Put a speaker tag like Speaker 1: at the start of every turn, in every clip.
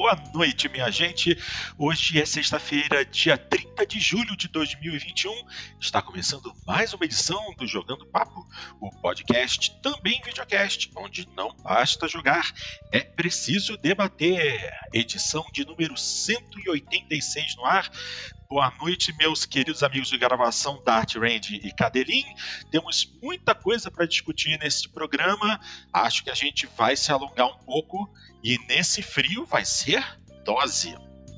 Speaker 1: Boa noite, minha gente. Hoje é sexta-feira, dia 30 de julho de 2021. Está começando mais uma edição do Jogando Papo, o podcast, também videocast, onde não basta jogar, é preciso debater. Edição de número 186 no ar. Boa noite, meus queridos amigos de gravação Dart, Randy e Cadelin. Temos muita coisa para discutir neste programa. Acho que a gente vai se alongar um pouco e nesse frio vai ser dose.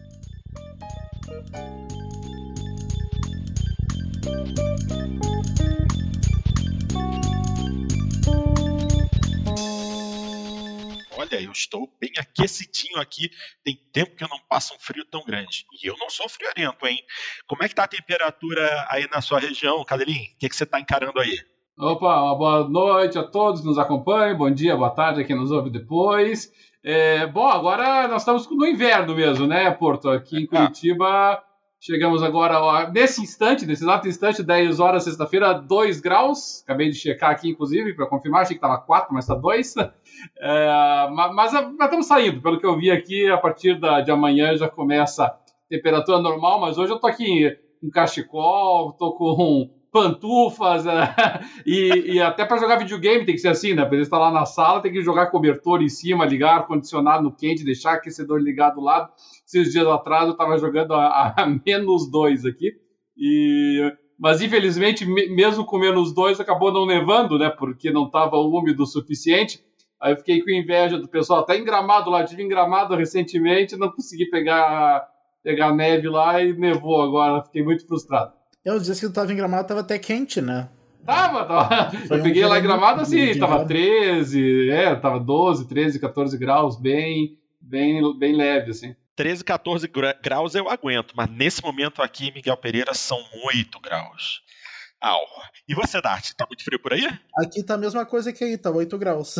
Speaker 1: Olha, eu estou bem aquecidinho aqui. Tem tempo que eu não passo um frio tão grande. E eu não sou friorento, hein? Como é que tá a temperatura aí na sua região, Cadelin? O que você está encarando aí?
Speaker 2: Opa, uma boa noite a todos que nos acompanham. Bom dia, boa tarde a quem nos ouve depois. Bom, agora nós estamos no inverno mesmo, né, Porto? Aqui em Curitiba, chegamos agora, ó, nesse exato instante, 10 horas, sexta-feira, 2 graus. Acabei de checar aqui, inclusive, para confirmar. Achei que estava 4, mas está 2. Mas estamos saindo. Pelo que eu vi aqui, a partir de amanhã já começa temperatura normal. Mas hoje eu estou aqui com cachecol, estou com pantufas, e até para jogar videogame tem que ser assim, né? Para ele estar lá na sala, tem que jogar cobertor em cima, ligar ar-condicionado no quente, deixar aquecedor ligado do lado. Esses dias atrás eu estava jogando a -2 aqui, mas infelizmente, mesmo com -2, acabou não nevando, né? Porque não estava úmido o suficiente. Aí eu fiquei com inveja do pessoal, até em Gramado lá, eu tive em Gramado recentemente, não consegui pegar neve lá e nevou agora, fiquei muito frustrado.
Speaker 3: Os dias que tu tava em Gramado tava até quente, né?
Speaker 2: Tava. Eu peguei lá em Gramado assim, tava 13, tava 12, 13, 14 graus, bem leve, assim.
Speaker 1: 13, 14 graus eu aguento, mas nesse momento aqui em Miguel Pereira são 8 graus. Au. E você, Dart, tá muito frio por aí?
Speaker 3: Aqui tá a mesma coisa que aí, tá 8 graus.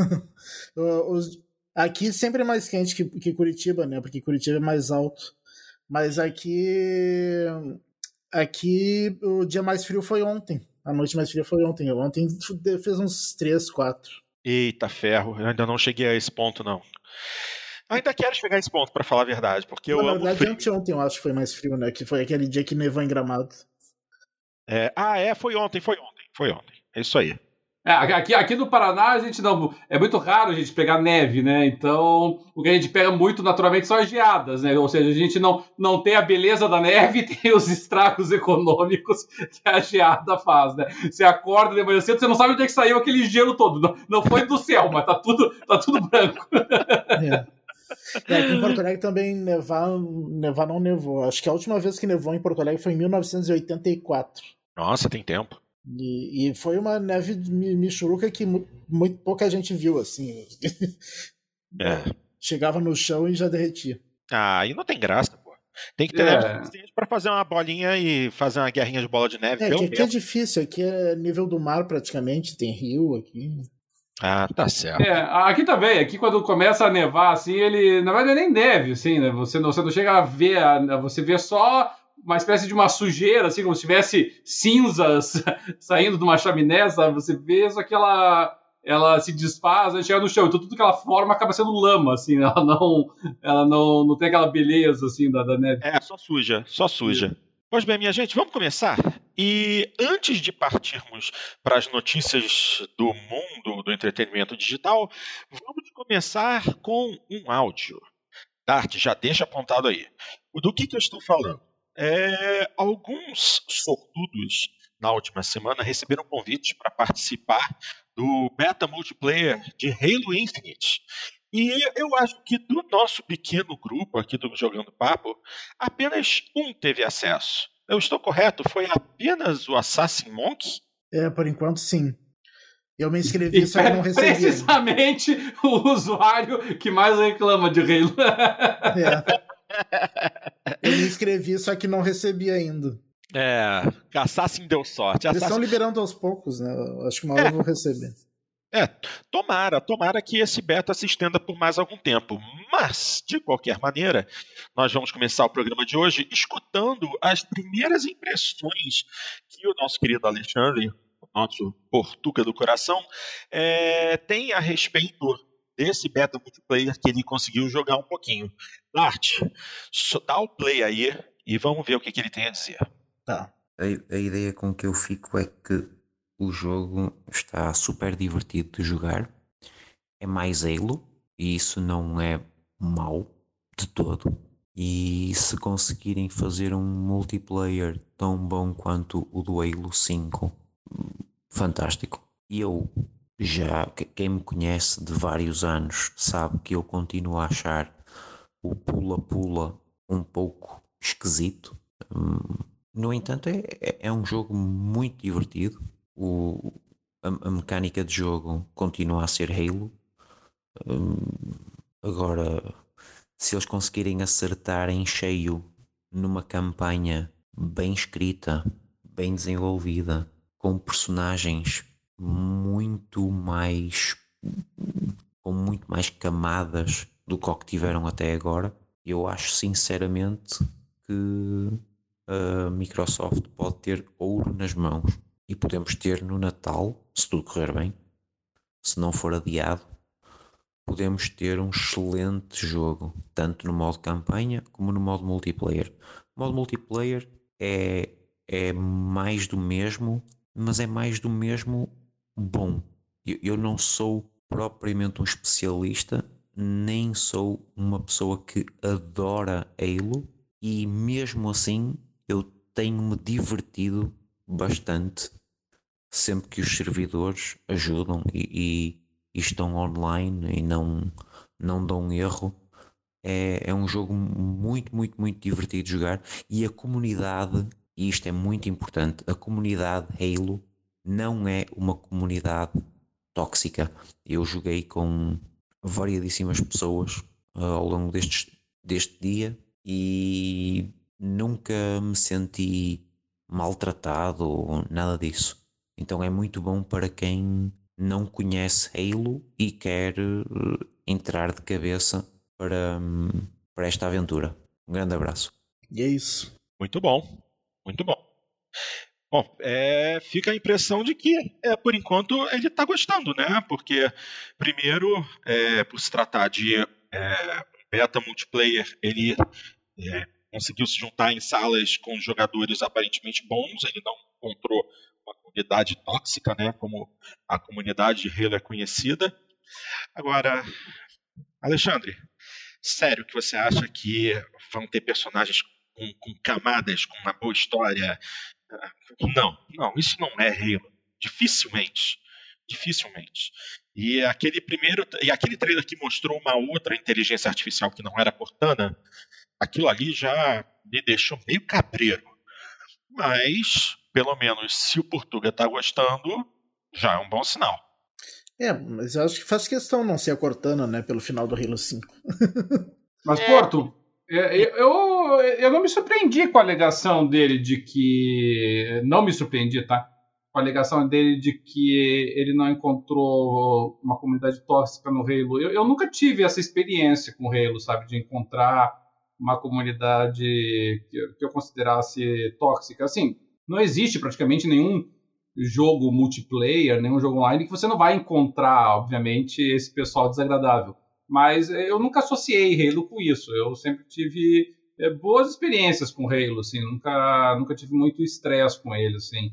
Speaker 3: Aqui sempre é mais quente que Curitiba, né? Porque Curitiba é mais alto. Mas aqui o dia mais frio foi ontem. A noite mais fria foi ontem. Ontem fez uns 3, 4.
Speaker 1: Eita ferro, eu ainda não cheguei a esse ponto, não. Ainda quero chegar a esse ponto, pra falar a verdade, porque eu amo frio.
Speaker 3: Na verdade, ontem eu acho que foi mais frio, né? Que foi aquele dia que nevou em Gramado.
Speaker 1: Foi ontem. É isso aí.
Speaker 2: Aqui no Paraná, a gente não. É muito raro a gente pegar neve, né? Então, o que a gente pega muito naturalmente são as geadas, né? Ou seja, a gente não tem a beleza da neve e tem os estragos econômicos que a geada faz, né? Você acorda de manhã cedo, você não sabe onde é que saiu aquele gelo todo. Não foi do céu, mas tá tudo branco.
Speaker 3: Aqui em Porto Alegre também nevar não nevou. Acho que a última vez que nevou em Porto Alegre foi em 1984.
Speaker 1: Nossa, tem tempo.
Speaker 3: E foi uma neve michuruca que muito pouca gente viu, assim. Chegava no chão e já derretia.
Speaker 1: Aí não tem graça, pô. Tem que ter neve suficiente pra fazer uma bolinha e fazer uma guerrinha de bola de neve.
Speaker 3: Aqui é difícil, aqui é nível do mar praticamente, tem rio aqui.
Speaker 1: Ah, tá certo.
Speaker 2: Aqui também, aqui quando começa a nevar, assim, ele, na verdade, nem neve, assim, né? Você não chega a ver, você vê só uma espécie de uma sujeira, assim, como se tivesse cinzas saindo de uma chaminé, sabe? Você vê, só que ela se desfaz, aí chega no chão. Então tudo que ela forma acaba sendo lama, assim, né? Ela não tem aquela beleza, assim, da neve.
Speaker 1: Só suja. Pois bem, minha gente, vamos começar? E antes de partirmos para as notícias do mundo do entretenimento digital, vamos começar com um áudio. Dart, já deixa apontado aí. Do que eu estou falando? Alguns sortudos na última semana receberam convites para participar do beta multiplayer de Halo Infinite. E eu acho que do nosso pequeno grupo aqui do Jogando Papo, apenas um teve acesso. Eu estou correto? Foi apenas o Assassin Monk?
Speaker 3: Por enquanto sim. Eu me inscrevi, só que não recebi.
Speaker 2: Precisamente o usuário que mais reclama de Halo.
Speaker 3: Eu me inscrevi, só que não recebi ainda.
Speaker 1: Assassin deu sorte.
Speaker 3: Eles estão liberando aos poucos, né? Acho que uma hora eu vou receber.
Speaker 1: Tomara que esse beta se estenda por mais algum tempo. Mas, de qualquer maneira, nós vamos começar o programa de hoje escutando as primeiras impressões que o nosso querido Alexandre, o nosso Portuga do coração, tem a respeito desse beta multiplayer que ele conseguiu jogar um pouquinho. Dart, dá o play aí e vamos ver o que ele tem a dizer.
Speaker 3: Tá.
Speaker 4: A ideia com que eu fico é que o jogo está super divertido de jogar, é mais Halo, e isso não é mau de todo. E se conseguirem fazer um multiplayer tão bom quanto o do Halo 5, fantástico. E quem me conhece de vários anos sabe que eu continuo a achar o pula-pula um pouco esquisito. No entanto, é um jogo muito divertido. A mecânica de jogo continua a ser Halo. Agora, se eles conseguirem acertar em cheio numa campanha bem escrita, bem desenvolvida, com personagens com muito mais camadas do que o que tiveram até agora, eu acho sinceramente que a Microsoft pode ter ouro nas mãos e podemos ter no Natal, se tudo correr bem, se não for adiado, podemos ter um excelente jogo, tanto no modo campanha como no modo multiplayer. O modo multiplayer é mais do mesmo, mas é mais do mesmo bom. Eu não sou propriamente um especialista, nem sou uma pessoa que adora Halo, e mesmo assim eu tenho-me divertido bastante sempre que os servidores ajudam e estão online e não dão erro. É um jogo muito, muito, muito divertido de jogar, e a comunidade, e isto é muito importante, a comunidade Halo não é uma comunidade tóxica. Eu joguei com variedíssimas pessoas ao longo deste dia e nunca me senti maltratado ou nada disso. Então é muito bom para quem não conhece Halo e quer entrar de cabeça para esta aventura. Um grande abraço.
Speaker 3: E é isso.
Speaker 1: Muito bom, muito bom. Bom, fica a impressão de que, por enquanto, ele está gostando, né? Porque, primeiro, por se tratar de beta multiplayer, ele conseguiu se juntar em salas com jogadores aparentemente bons, ele não encontrou uma comunidade tóxica, né? Como a comunidade de Halo é conhecida. Agora, Alexandre, sério que você acha que vão ter personagens com camadas, com uma boa história? Não, isso não é Halo. Dificilmente. E aquele trailer que mostrou uma outra inteligência artificial que não era Cortana, aquilo ali já me deixou meio cabreiro. Mas, pelo menos, se o Portuga está gostando, já é um bom sinal.
Speaker 3: Mas eu acho que faz questão não ser a Cortana, né, pelo final do Halo 5.
Speaker 2: Mas, Porto, eu não me surpreendi com a alegação dele de que... Não me surpreendi, tá? Com a alegação dele de que ele não encontrou uma comunidade tóxica no Halo. Eu nunca tive essa experiência com o Halo, sabe? De encontrar uma comunidade que eu considerasse tóxica. Assim, não existe praticamente nenhum jogo multiplayer, nenhum jogo online que você não vai encontrar, obviamente, esse pessoal desagradável. Mas eu nunca associei Halo com isso. Eu sempre tive boas experiências com Halo, assim. Nunca tive muito estresse com ele, assim.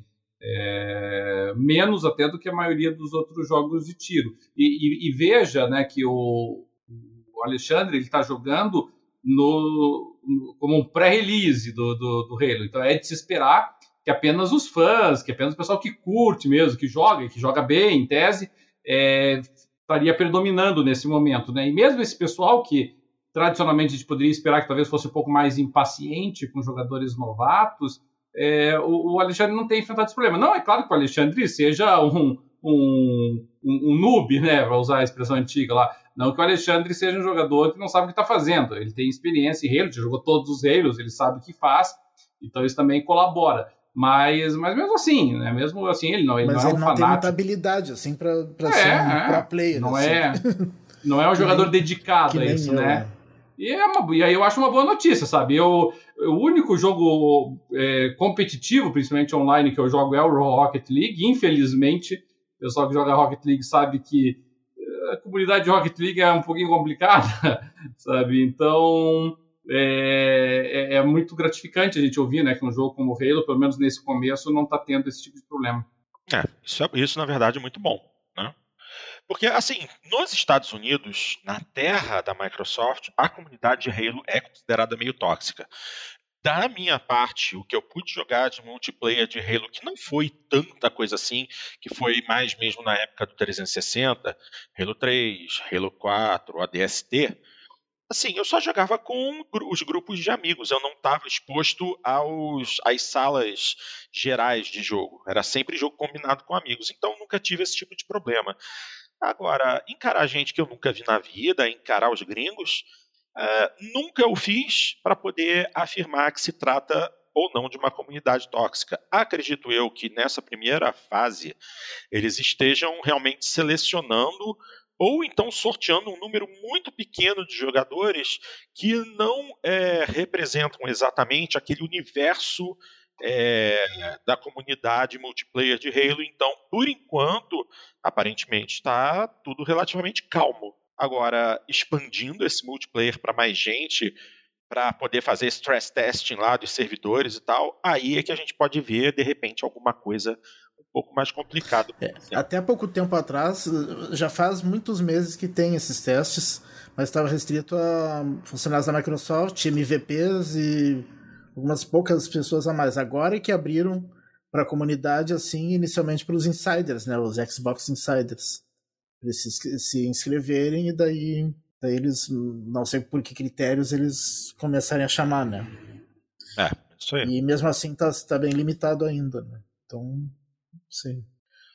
Speaker 2: Menos até do que a maioria dos outros jogos de tiro. E veja, né, que o Alexandre está jogando como um pré-release do Halo. Então é de se esperar que apenas os fãs, que apenas o pessoal que curte mesmo, que joga bem, em tese, estaria predominando nesse momento, né? E mesmo esse pessoal que tradicionalmente a gente poderia esperar que talvez fosse um pouco mais impaciente com jogadores novatos, o Alexandre não tem enfrentado esse problema. Não, é claro que o Alexandre seja um noob, né? Para usar a expressão antiga lá. Não que o Alexandre seja um jogador que não sabe o que está fazendo. Ele tem experiência em Halo, já jogou todos os Halos, ele sabe o que faz, então isso também colabora. Mas mesmo assim, né? Mesmo assim, ele não é um fanático.
Speaker 3: Tem muita habilidade, assim, pra ser um pro player.
Speaker 2: Não é um jogador dedicado a isso, né? E aí eu acho uma boa notícia, sabe? O único jogo competitivo, principalmente online, que eu jogo é o Rocket League. Infelizmente, o pessoal que joga Rocket League sabe que a comunidade de Rocket League é um pouquinho complicada, sabe? Então, é muito gratificante a gente ouvir, né, que um jogo como o Halo, pelo menos nesse começo, não está tendo esse tipo de problema.
Speaker 1: Isso na verdade é muito bom, né? Porque, assim, nos Estados Unidos, na terra da Microsoft, a comunidade de Halo é considerada meio tóxica. Da minha parte, o que eu pude jogar de multiplayer de Halo, que não foi tanta coisa assim, que foi mais mesmo na época do 360, Halo 3, Halo 4, ADST, assim, eu só jogava com os grupos de amigos, eu não estava exposto às salas gerais de jogo. Era sempre jogo combinado com amigos, então nunca tive esse tipo de problema. Agora, encarar gente que eu nunca vi na vida, encarar os gringos, nunca eu fiz para poder afirmar que se trata ou não de uma comunidade tóxica. Acredito eu que nessa primeira fase eles estejam realmente selecionando ou então sorteando um número muito pequeno de jogadores que não representam exatamente aquele universo da comunidade multiplayer de Halo. Então, por enquanto, aparentemente está tudo relativamente calmo. Agora, expandindo esse multiplayer para mais gente, para poder fazer stress testing lá dos servidores e tal, aí é que a gente pode ver, de repente, alguma coisa um pouco mais complicada.
Speaker 3: Até pouco tempo atrás, já faz muitos meses que tem esses testes, mas estava restrito a funcionários da Microsoft, MVPs e algumas poucas pessoas a mais. Agora é que abriram para a comunidade, assim, inicialmente para os insiders, né, os Xbox Insiders. Eles se inscreverem e daí eles, não sei por que critérios, eles começarem a chamar, né?
Speaker 1: Isso aí.
Speaker 3: E mesmo assim tá bem limitado ainda, né? Então, sim.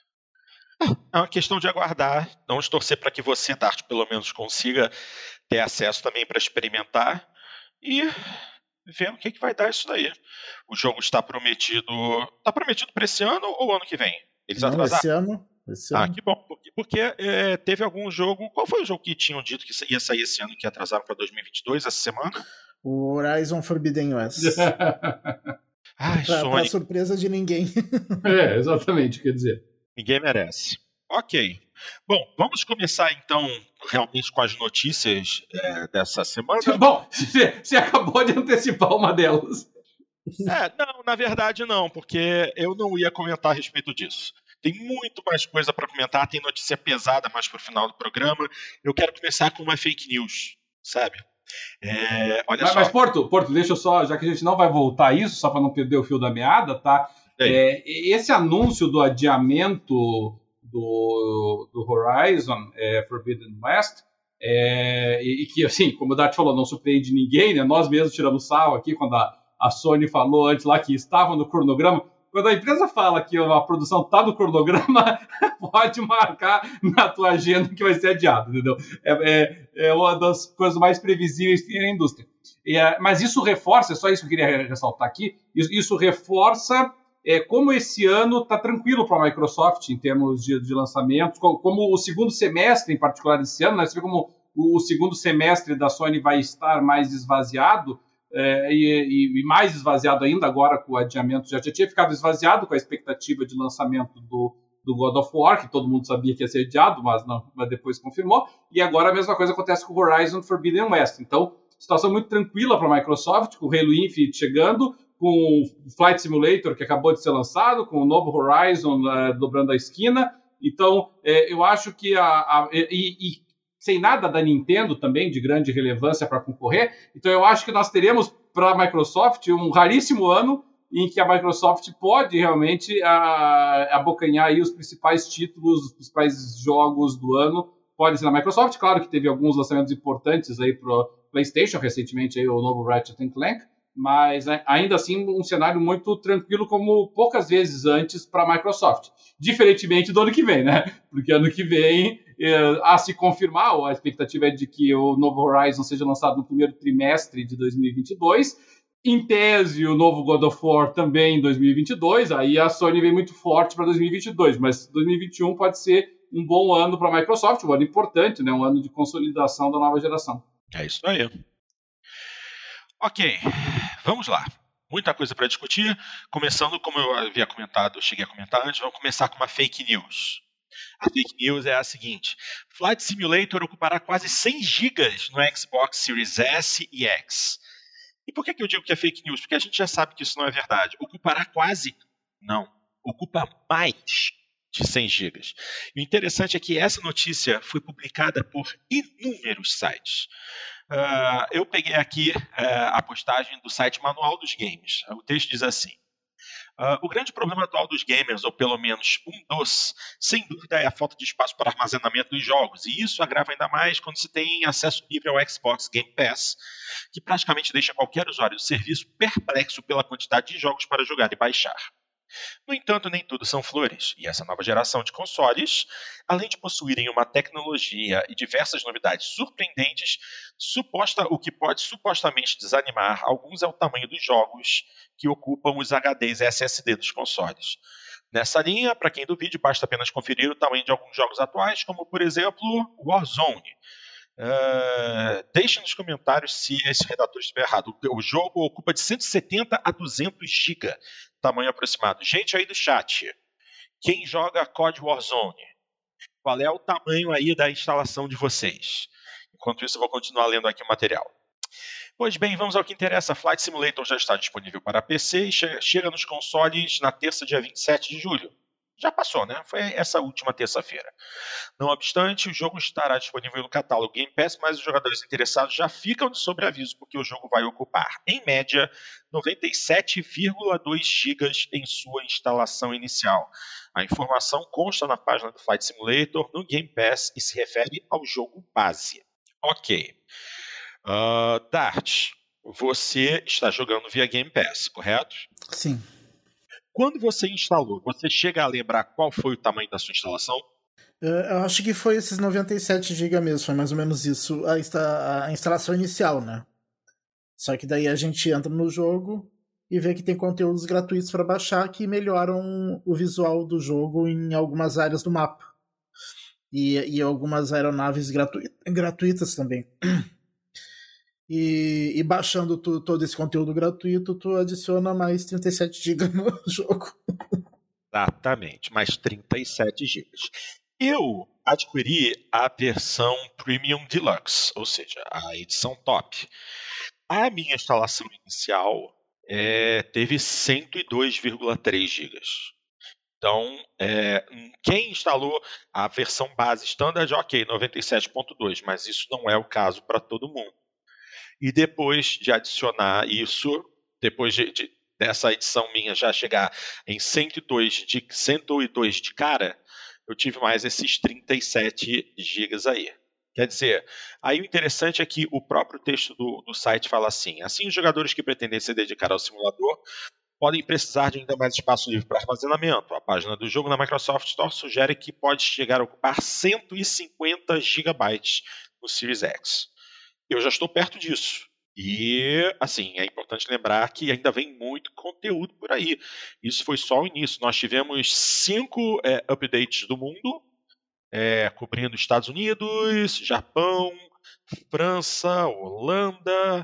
Speaker 1: É uma questão de aguardar, vamos torcer para que você, Dart, pelo menos consiga ter acesso também para experimentar e ver o que vai dar isso daí. O jogo está prometido para esse ano ou ano que vem? Eles atrasaram?
Speaker 3: Esse ano.
Speaker 1: Que bom, porque teve algum jogo... Qual foi o jogo que tinham dito que ia sair esse ano, que atrasaram para 2022, essa semana?
Speaker 3: O Horizon Forbidden West. Pra surpresa de ninguém.
Speaker 2: Exatamente, quer dizer.
Speaker 1: Ninguém merece. Ok. Bom, vamos começar então realmente com as notícias dessa semana.
Speaker 2: Bom, você acabou de antecipar uma delas.
Speaker 1: Não, na verdade não, porque eu não ia comentar a respeito disso. Tem muito mais coisa para comentar, tem notícia pesada mais pro final do programa. Eu quero começar com uma fake news, sabe? Olha só.
Speaker 2: Mas Porto, deixa eu só, já que a gente não vai voltar a isso, só para não perder o fio da meada, tá? Esse anúncio do adiamento do Horizon Forbidden West, e que, assim, como o Dart falou, não surpreende ninguém, né? Nós mesmos tiramos sarro aqui quando a Sony falou antes lá que estava no cronograma. Quando a empresa fala que a produção está no cronograma, pode marcar na tua agenda que vai ser adiado, entendeu? É uma das coisas mais previsíveis que tem na indústria. Mas isso reforça, é só isso que eu queria ressaltar aqui, isso reforça como esse ano está tranquilo para a Microsoft em termos de lançamentos, como o segundo semestre, em particular, desse ano, né? Você vê como o segundo semestre da Sony vai estar mais esvaziado, e mais esvaziado ainda agora com o adiamento. Já tinha ficado esvaziado com a expectativa de lançamento do God of War, que todo mundo sabia que ia ser adiado, mas depois confirmou, e agora a mesma coisa acontece com o Horizon Forbidden West. Então, situação muito tranquila para a Microsoft, com o Halo Infinite chegando, com o Flight Simulator, que acabou de ser lançado, com o novo Horizon dobrando a esquina. Então, eu acho que sem nada da Nintendo também, de grande relevância para concorrer. Então eu acho que nós teremos para a Microsoft um raríssimo ano em que a Microsoft pode realmente abocanhar aí os principais títulos, os principais jogos do ano. Pode ser na Microsoft, claro que teve alguns lançamentos importantes aí para o PlayStation, recentemente aí o novo Ratchet & Clank, mas ainda assim um cenário muito tranquilo, como poucas vezes antes para a Microsoft. Diferentemente do ano que vem, né? Porque ano que vem, a se confirmar, ou a expectativa é de que o novo Horizon seja lançado no primeiro trimestre de 2022. Em tese, o novo God of War também em 2022. Aí a Sony vem muito forte para 2022, mas 2021 pode ser um bom ano para a Microsoft, um ano importante, né? Um ano de consolidação da nova geração.
Speaker 1: É isso aí. Ok, vamos lá. Muita coisa para discutir. Começando, como eu havia comentado, cheguei a comentar antes, vamos começar com uma fake news. A fake news é a seguinte: Flight Simulator ocupará quase 100 GB no Xbox Series S e X. E por que eu digo que é fake news? Porque a gente já sabe que isso não é verdade. Ocupará quase? Não. Ocupa mais de 100 GB. E o interessante é que essa notícia foi publicada por inúmeros sites. Eu peguei aqui a postagem do site Manual dos Games. O texto diz assim: o grande problema atual dos gamers, ou pelo menos um dos, sem dúvida é a falta de espaço para armazenamento dos jogos, e isso agrava ainda mais quando se tem acesso livre ao Xbox Game Pass, que praticamente deixa qualquer usuário do serviço perplexo pela quantidade de jogos para jogar e baixar. No entanto, nem tudo são flores, e essa nova geração de consoles, além de possuírem uma tecnologia e diversas novidades surpreendentes, o que pode supostamente desanimar alguns é o tamanho dos jogos que ocupam os HDs e SSD dos consoles. Nessa linha, para quem duvide, basta apenas conferir o tamanho de alguns jogos atuais, como por exemplo Warzone. Deixe nos comentários se esse redator estiver errado. O jogo ocupa de 170 a 200 GB, tamanho aproximado. Gente aí do chat, quem joga COD Warzone? Qual é o tamanho aí da instalação de vocês? Enquanto isso, eu vou continuar lendo aqui o material. Pois bem, vamos ao que interessa. Flight Simulator já está disponível para PC e chega nos consoles na terça, dia 27 de julho. Já passou, né? Foi essa última terça-feira. Não obstante, o jogo estará disponível no catálogo Game Pass, mas os jogadores interessados já ficam de sobreaviso, porque o jogo vai ocupar, em média, 97,2 GB em sua instalação inicial. A informação consta na página do Flight Simulator no Game Pass e se refere ao jogo base. Ok. Dart, você está jogando via Game Pass, correto?
Speaker 3: Sim.
Speaker 1: Quando você instalou, você chega a lembrar qual foi o tamanho da sua instalação?
Speaker 3: Eu acho que foi esses 97 GB mesmo, foi mais ou menos isso, a instalação inicial, né? Só que daí a gente entra no jogo e vê que tem conteúdos gratuitos para baixar que melhoram o visual do jogo em algumas áreas do mapa. E algumas aeronaves gratuitas também. E baixando todo esse conteúdo gratuito, tu adiciona mais 37 GB no jogo.
Speaker 1: Exatamente, mais 37 GB. Eu adquiri a versão Premium Deluxe, ou seja, a edição top. A minha instalação inicial teve 102,3 GB. Então, quem instalou a versão base standard, ok, 97,2, mas isso não é o caso para todo mundo. E depois de adicionar isso, depois dessa edição minha já chegar em 102 de cara, eu tive mais esses 37 gigas aí. Quer dizer, aí o interessante é que o próprio texto do site fala assim: os jogadores que pretendem se dedicar ao simulador podem precisar de ainda mais espaço livre para armazenamento. A página do jogo na Microsoft Store sugere que pode chegar a ocupar 150 GB no Series X. Eu já estou perto disso. E, é importante lembrar que ainda vem muito conteúdo por aí. Isso foi só o início. Nós tivemos 5 updates do mundo, cobrindo Estados Unidos, Japão, França, Holanda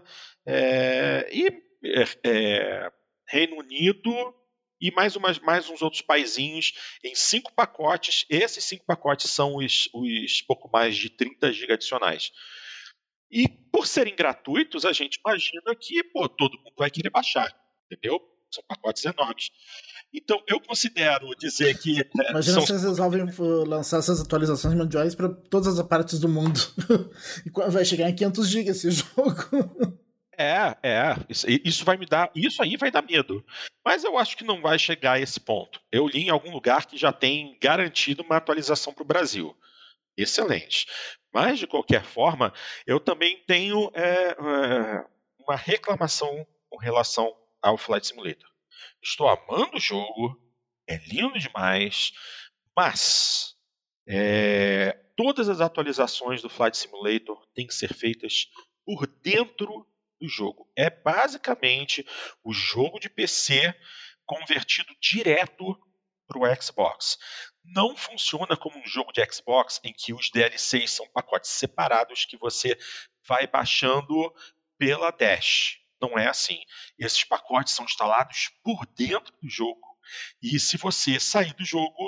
Speaker 1: Reino Unido e mais uns outros paizinhos em 5 pacotes. Esses 5 pacotes são os pouco mais de 30 GB adicionais. E por serem gratuitos, a gente imagina que todo mundo vai querer baixar, entendeu? São pacotes enormes. Então, eu considero dizer que...
Speaker 3: Imagina se eles resolvem lançar essas atualizações mundiais para todas as partes do mundo. E vai chegar em 500 GB esse jogo.
Speaker 1: Isso vai me dar... Isso aí vai dar medo. Mas eu acho que não vai chegar a esse ponto. Eu li em algum lugar que já tem garantido uma atualização para o Brasil. Excelente. Mas, de qualquer forma, eu também tenho uma reclamação com relação ao Flight Simulator. Estou amando o jogo, é lindo demais, mas todas as atualizações do Flight Simulator têm que ser feitas por dentro do jogo. É basicamente o jogo de PC convertido direto para o Xbox. Não funciona como um jogo de Xbox em que os DLCs são pacotes separados que você vai baixando pela Dash. Não é assim. Esses pacotes são instalados por dentro do jogo. E se você sair do jogo,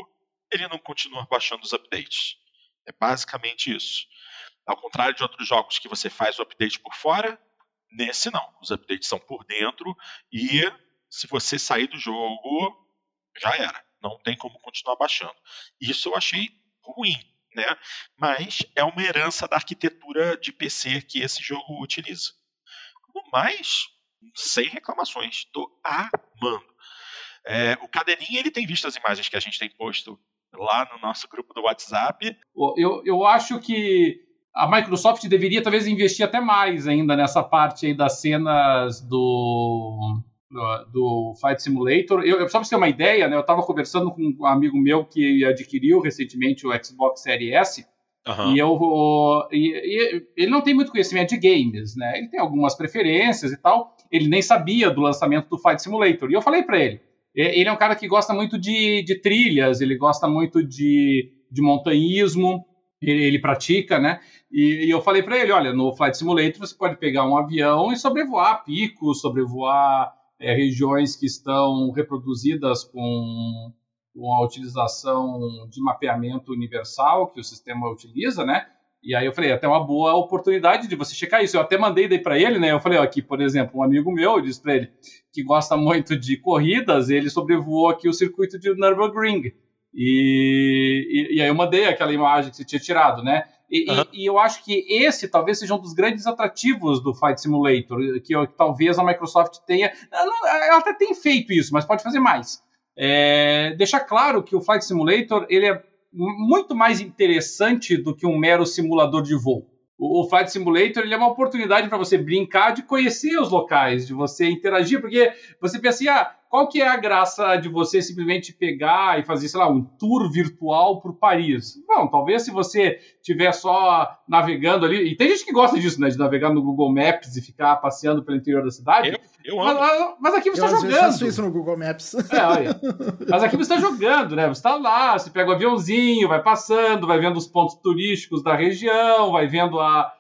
Speaker 1: ele não continua baixando os updates. É basicamente isso. Ao contrário de outros jogos que você faz o update por fora, nesse não. Os updates são por dentro e se você sair do jogo, já era. Não tem como continuar baixando. Isso eu achei ruim, né? Mas é uma herança da arquitetura de PC que esse jogo utiliza. No mais, sem reclamações. Estou amando. O Cadelinha, ele tem visto as imagens que a gente tem posto lá no nosso grupo do WhatsApp.
Speaker 2: Eu acho que a Microsoft deveria talvez investir até mais ainda nessa parte aí das cenas do Flight Simulator. Só para você ter uma ideia, né, eu estava conversando com um amigo meu que adquiriu recentemente o Xbox Series S. Uhum. E ele não tem muito conhecimento de games, né? Ele tem algumas preferências e tal. Ele nem sabia do lançamento do Flight Simulator. E eu falei para ele, ele é um cara que gosta muito de trilhas, ele gosta muito de montanhismo, ele pratica, né? E eu falei para ele, olha, no Flight Simulator você pode pegar um avião e sobrevoar picos, sobrevoar regiões que estão reproduzidas com a utilização de mapeamento universal que o sistema utiliza, né? E aí eu falei, até uma boa oportunidade de você checar isso. Eu até mandei daí para ele, né? Eu falei, ó, aqui, por exemplo, um amigo meu, eu disse para ele, que gosta muito de corridas, ele sobrevoou aqui o circuito de Nürburgring. E aí eu mandei aquela imagem que você tinha tirado, né? E eu acho que esse talvez seja um dos grandes atrativos do Flight Simulator, que talvez a Microsoft tenha... Ela até tem feito isso, mas pode fazer mais. Deixar claro que o Flight Simulator ele é muito mais interessante do que um mero simulador de voo. O Flight Simulator ele é uma oportunidade para você brincar de conhecer os locais, de você interagir, porque você pensa assim, qual que é a graça de você simplesmente pegar e fazer, sei lá, um tour virtual por Paris? Bom, talvez se você estiver só navegando ali, e tem gente que gosta disso, né, de navegar no Google Maps e ficar passeando pelo interior da cidade.
Speaker 1: Eu amo.
Speaker 2: Mas aqui você está jogando.
Speaker 3: Eu faço isso no Google Maps.
Speaker 2: Olha. Mas aqui você está jogando, né? Você está lá, você pega o aviãozinho, vai passando, vai vendo os pontos turísticos da região, vai vendo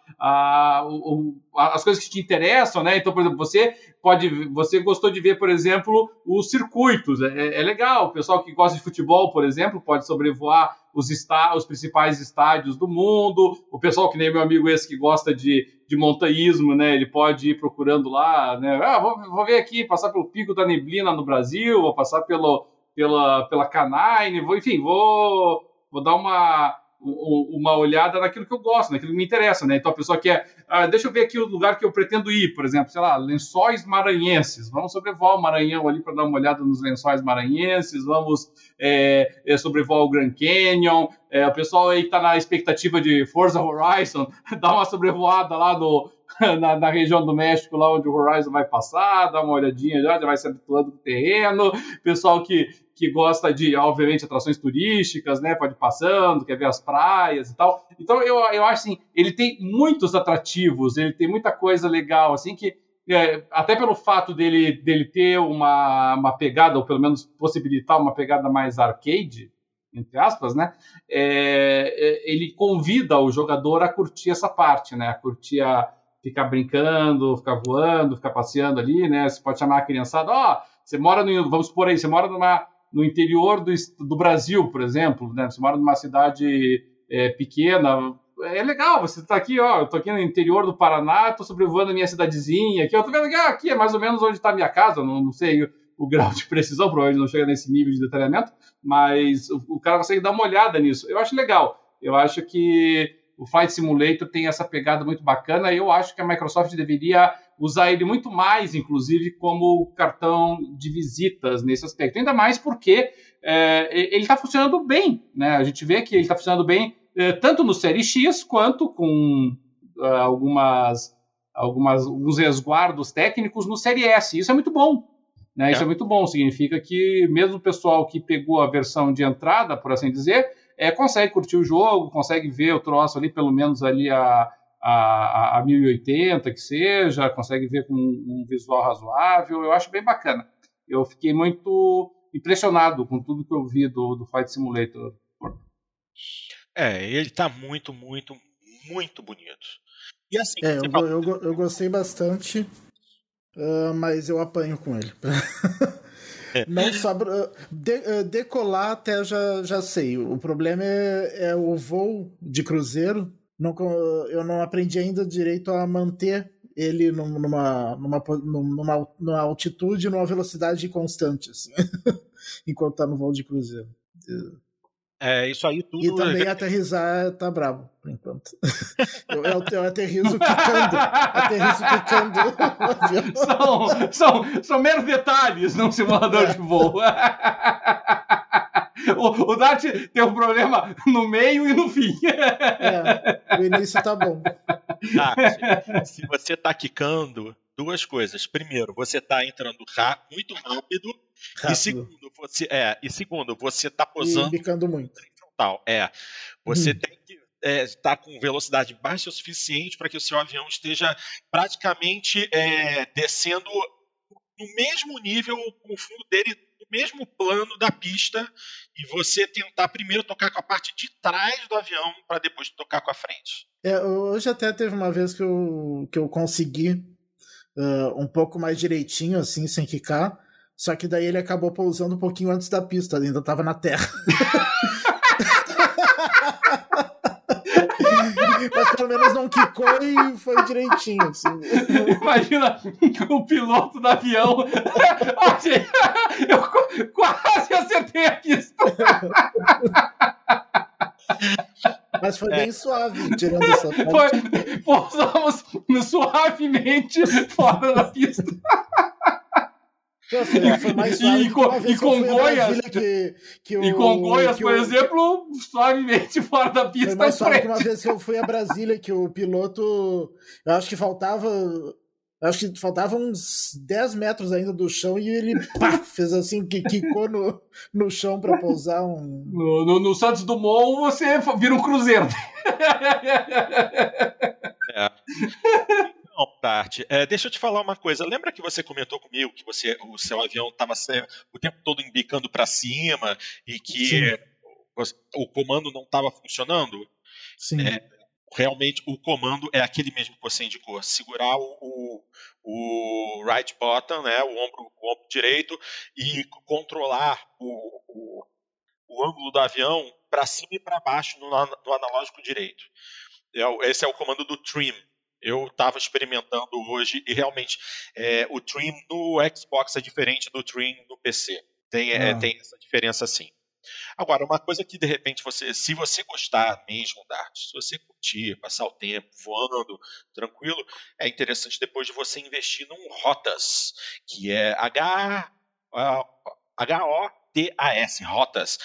Speaker 2: as coisas que te interessam, né? Então, por exemplo, você gostou de ver, por exemplo, os circuitos. É legal. O pessoal que gosta de futebol, por exemplo, pode sobrevoar os principais estádios do mundo. O pessoal que nem meu amigo esse que gosta de montanhismo, né? Ele pode ir procurando lá, né? Vou ver aqui, passar pelo Pico da Neblina no Brasil, vou passar pela Canine, vou dar uma olhada naquilo que eu gosto, naquilo que me interessa, né? Então a pessoa quer, deixa eu ver aqui o lugar que eu pretendo ir, por exemplo, sei lá, Lençóis Maranhenses. Vamos sobrevoar o Maranhão ali para dar uma olhada nos Lençóis Maranhenses, vamos sobrevoar o Grand Canyon. O pessoal aí está na expectativa de Forza Horizon, dá uma sobrevoada lá na região do México, lá onde o Horizon vai passar, dá uma olhadinha já vai se habituando com o terreno. Pessoal que gosta de, obviamente, atrações turísticas, né? Pode ir passando, quer ver as praias e tal. Então, eu acho assim, ele tem muitos atrativos, ele tem muita coisa legal, assim, que até pelo fato dele ter uma pegada, ou pelo menos possibilitar uma pegada mais arcade, entre aspas, né? Ele convida o jogador a curtir essa parte, né? A curtir ficar brincando, ficar voando, ficar passeando ali, né? Você pode chamar a criançada, você mora vamos supor aí, você mora no interior do Brasil, por exemplo, né? Você mora numa cidade pequena, é legal, você está aqui, eu estou aqui no interior do Paraná, estou sobrevoando a minha cidadezinha, aqui, eu estou vendo que aqui é mais ou menos onde está a minha casa, não sei o grau de precisão, provavelmente não chega nesse nível de detalhamento, mas o cara consegue dar uma olhada nisso. Eu acho legal, eu acho que o Flight Simulator tem essa pegada muito bacana, e eu acho que a Microsoft deveria usar ele muito mais, inclusive, como cartão de visitas nesse aspecto. Ainda mais porque ele está funcionando bem, né? A gente vê que ele está funcionando bem tanto no Série X quanto com alguns resguardos técnicos no Série S. Isso é muito bom. Né? Isso é muito bom. Significa que mesmo o pessoal que pegou a versão de entrada, por assim dizer, consegue curtir o jogo, consegue ver o troço ali, pelo menos ali a 1080, que seja, consegue ver com um visual razoável. Eu acho bem bacana. Eu fiquei muito impressionado com tudo que eu vi do Flight Simulator.
Speaker 1: Ele tá muito, muito, muito bonito. E assim,
Speaker 3: eu gostei bastante, mas eu apanho com ele. Não sobra. Decolar até já sei. O problema é o voo de cruzeiro. Eu não aprendi ainda direito a manter ele numa altitude, numa velocidade constante, assim, enquanto tá no voo de cruzeiro.
Speaker 1: Isso aí tudo.
Speaker 3: E também aterrissar tá brabo, por enquanto. Eu aterrizo quicando. O avião.
Speaker 2: São meros detalhes num simulador de voo. O Dart tem um problema no meio e no fim.
Speaker 3: O início tá bom.
Speaker 1: Se você tá quicando, duas coisas. Primeiro, você tá entrando muito rápido. E segundo, você tá posando.
Speaker 3: E bicando muito.
Speaker 1: Frontal. Você tem que estar com velocidade baixa o suficiente para que o seu avião esteja praticamente descendo no mesmo nível, com o fundo dele no mesmo plano da pista, e você tentar primeiro tocar com a parte de trás do avião para depois tocar com a frente.
Speaker 3: Hoje até teve uma vez que eu consegui um pouco mais direitinho, assim, sem quicar, só que daí ele acabou pousando um pouquinho antes da pista, ainda estava na terra. Mas pelo menos não quicou e foi direitinho, assim.
Speaker 2: Imagina o piloto do avião. Eu quase acertei a pista.
Speaker 3: Mas foi bem suave, tirando essa parte.
Speaker 2: Pousamos suavemente fora da pista.
Speaker 3: Foi mais suave
Speaker 2: e Congonhas,
Speaker 3: Congonhas,
Speaker 2: por exemplo, suavemente fora da pista.
Speaker 3: Foi mais suave que uma vez que eu fui a Brasília, que o piloto, eu acho que faltava uns 10 metros ainda do chão e ele fez assim, que quicou no chão para pousar um...
Speaker 2: No Santos Dumont você vira um cruzeiro.
Speaker 1: Não, Tati, deixa eu te falar uma coisa. Lembra que você comentou comigo que o seu avião estava o tempo todo embicando para cima e que o comando não estava funcionando?
Speaker 3: Sim.
Speaker 1: Realmente, o comando é aquele mesmo que você indicou. Segurar o right button, né, o ombro direito, e controlar o ângulo do avião para cima e para baixo no analógico direito. Esse é o comando do trim. Eu estava experimentando hoje e realmente o trim no Xbox é diferente do trim no PC. Tem essa diferença sim. Agora, uma coisa que de repente se você gostar mesmo, Dart, se você curtir, passar o tempo voando, tranquilo, é interessante depois de você investir num ROTAS, que é HOTAS, ROTAS.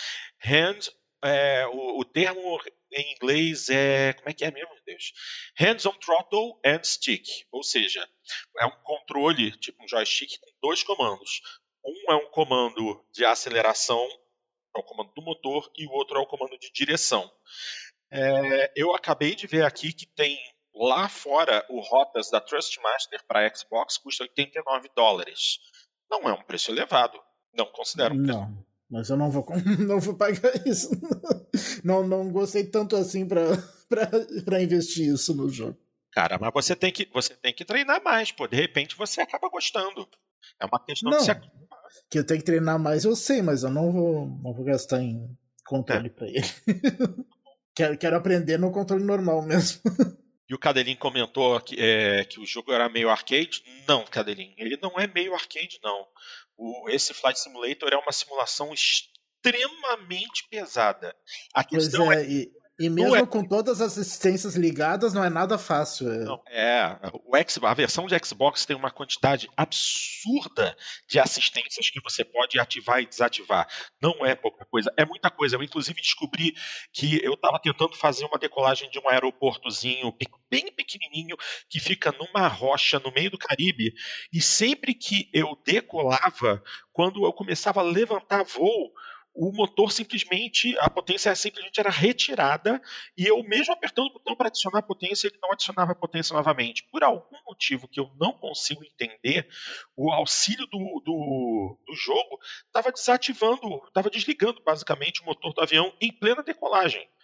Speaker 1: O termo em inglês como é que é mesmo, meu Deus? Hands on throttle and stick, ou seja, é um controle, tipo um joystick com dois comandos. Um é um comando de aceleração, é o comando do motor, e o outro é o comando de direção. Eu acabei de ver aqui que tem lá fora o ROTAS da Thrustmaster para Xbox, custa $89. Não é um preço elevado, não considero um preço.
Speaker 3: Não, mas eu não vou pagar isso. Não gostei tanto assim para investir isso no jogo.
Speaker 1: Cara, mas você tem que treinar mais, pô. De repente você acaba gostando. É uma questão de se acostumar.
Speaker 3: Que eu tenho que treinar mais, eu sei, mas eu não vou gastar em controle para ele. Quero aprender no controle normal mesmo.
Speaker 1: E o Cadelin comentou que o jogo era meio arcade. Não, Cadelin, ele não é meio arcade, não. Esse Flight Simulator é uma simulação extremamente pesada. A questão
Speaker 3: e mesmo com todas as assistências ligadas, não é nada fácil.
Speaker 1: Não, a versão de Xbox tem uma quantidade absurda de assistências que você pode ativar e desativar. Não é pouca coisa, é muita coisa. Eu, inclusive, descobri que eu estava tentando fazer uma decolagem de um aeroportozinho bem pequenininho que fica numa rocha no meio do Caribe, e sempre que eu decolava, quando eu começava a levantar voo, a potência simplesmente era retirada, e eu mesmo apertando o botão para adicionar potência, ele não adicionava potência novamente. Por algum motivo que eu não consigo entender, o auxílio do jogo estava desligando basicamente o motor do avião em plena decolagem.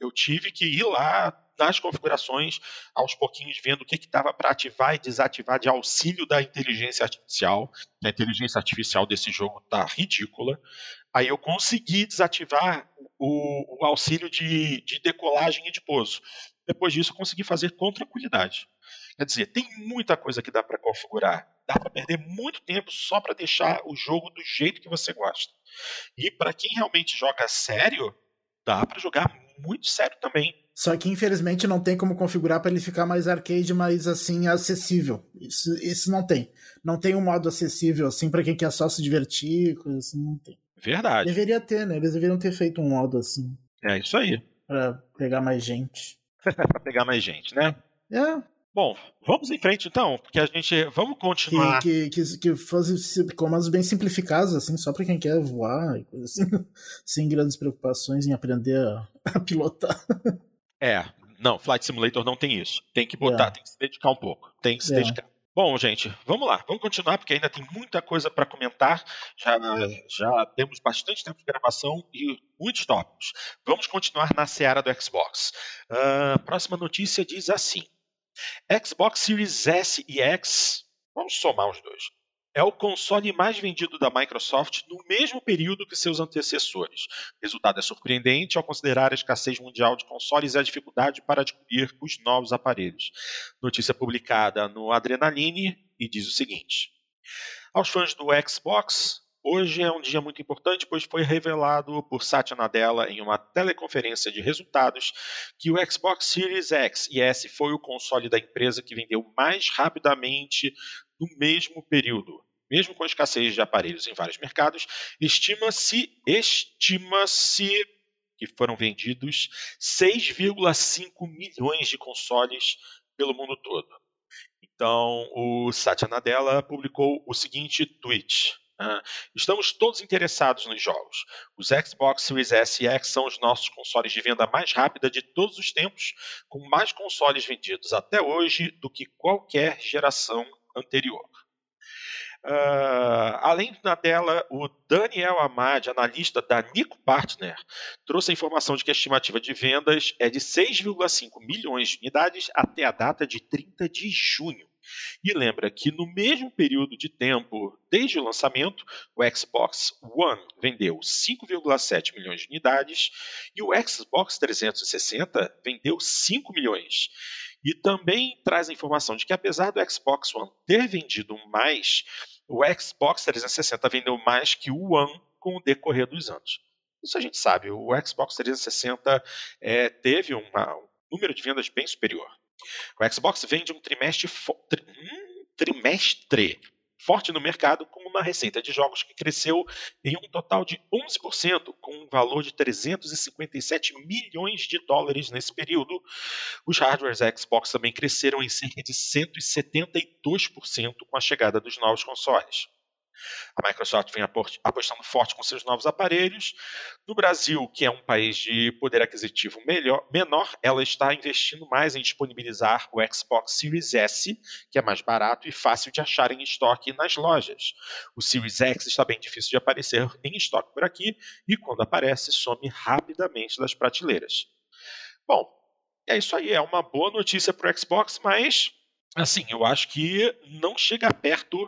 Speaker 1: Eu tive que ir lá nas configurações, aos pouquinhos, vendo o que dava para ativar e desativar de auxílio da inteligência artificial. A inteligência artificial desse jogo tá ridícula. Aí eu consegui desativar o auxílio de decolagem e de pouso. Depois disso, eu consegui fazer com tranquilidade. Quer dizer, tem muita coisa que dá para configurar. Dá para perder muito tempo só para deixar o jogo do jeito que você gosta. E para quem realmente joga sério, dá para jogar muito sério também.
Speaker 3: Só que infelizmente não tem como configurar para ele ficar mais arcade, mais assim acessível. Isso não tem. Não tem um modo acessível assim para quem quer só se divertir, coisa assim, não tem.
Speaker 1: Verdade.
Speaker 3: Deveria ter, né? Eles deveriam ter feito um modo assim.
Speaker 1: É isso aí.
Speaker 3: Para pegar mais gente.
Speaker 1: Para pegar mais gente, né?
Speaker 3: É.
Speaker 1: Bom, vamos em frente então, porque a gente vamos continuar.
Speaker 3: Que fosse comandos bem simplificados, assim, só para quem quer voar e coisa assim, sem grandes preocupações em aprender a pilotar.
Speaker 1: Não, Flight Simulator não tem isso. Tem que botar, tem que se dedicar um pouco. Tem que se dedicar. Bom, gente, vamos lá. Vamos continuar, porque ainda tem muita coisa para comentar. Já temos bastante tempo de gravação e muitos tópicos. Vamos continuar na seara do Xbox. Próxima notícia diz assim. Xbox Series S e X, vamos somar os dois, é o console mais vendido da Microsoft no mesmo período que seus antecessores. O resultado é surpreendente ao considerar a escassez mundial de consoles e a dificuldade para adquirir os novos aparelhos. Notícia publicada no Adrenaline e diz o seguinte. Aos fãs do Xbox, hoje é um dia muito importante, pois foi revelado por Satya Nadella em uma teleconferência de resultados que o Xbox Series X e S foi o console da empresa que vendeu mais rapidamente no mesmo período. Mesmo com a escassez de aparelhos em vários mercados, estima-se que foram vendidos 6,5 milhões de consoles pelo mundo todo. Então, o Satya Nadella publicou o seguinte tweet. Estamos todos interessados nos jogos. Os Xbox Series S e X são os nossos consoles de venda mais rápida de todos os tempos, com mais consoles vendidos até hoje do que qualquer geração anterior. Além da tela, o Daniel Amad, analista da Nico Partner, trouxe a informação de que a estimativa de vendas é de 6,5 milhões de unidades até a data de 30 de junho. E lembra que no mesmo período de tempo, desde o lançamento, o Xbox One vendeu 5,7 milhões de unidades e o Xbox 360 vendeu 5 milhões. E também traz a informação de que, apesar do Xbox One ter vendido mais, o Xbox 360 vendeu mais que o One com o decorrer dos anos. Isso a gente sabe, o Xbox 360 teve um número de vendas bem superior. O Xbox vem de um trimestre forte no mercado, com uma receita de jogos que cresceu em um total de 11%, com um valor de 357 milhões de dólares nesse período. Os hardwares Xbox também cresceram em cerca de 172% com a chegada dos novos consoles. A Microsoft vem apostando forte com seus novos aparelhos. No Brasil, que é um país de poder aquisitivo menor, ela está investindo mais em disponibilizar o Xbox Series S, que é mais barato e fácil de achar em estoque nas lojas. O Series X está bem difícil de aparecer em estoque por aqui e, quando aparece, some rapidamente das prateleiras. Bom, é isso aí. É uma boa notícia para o Xbox, mas, assim, eu acho que não chega perto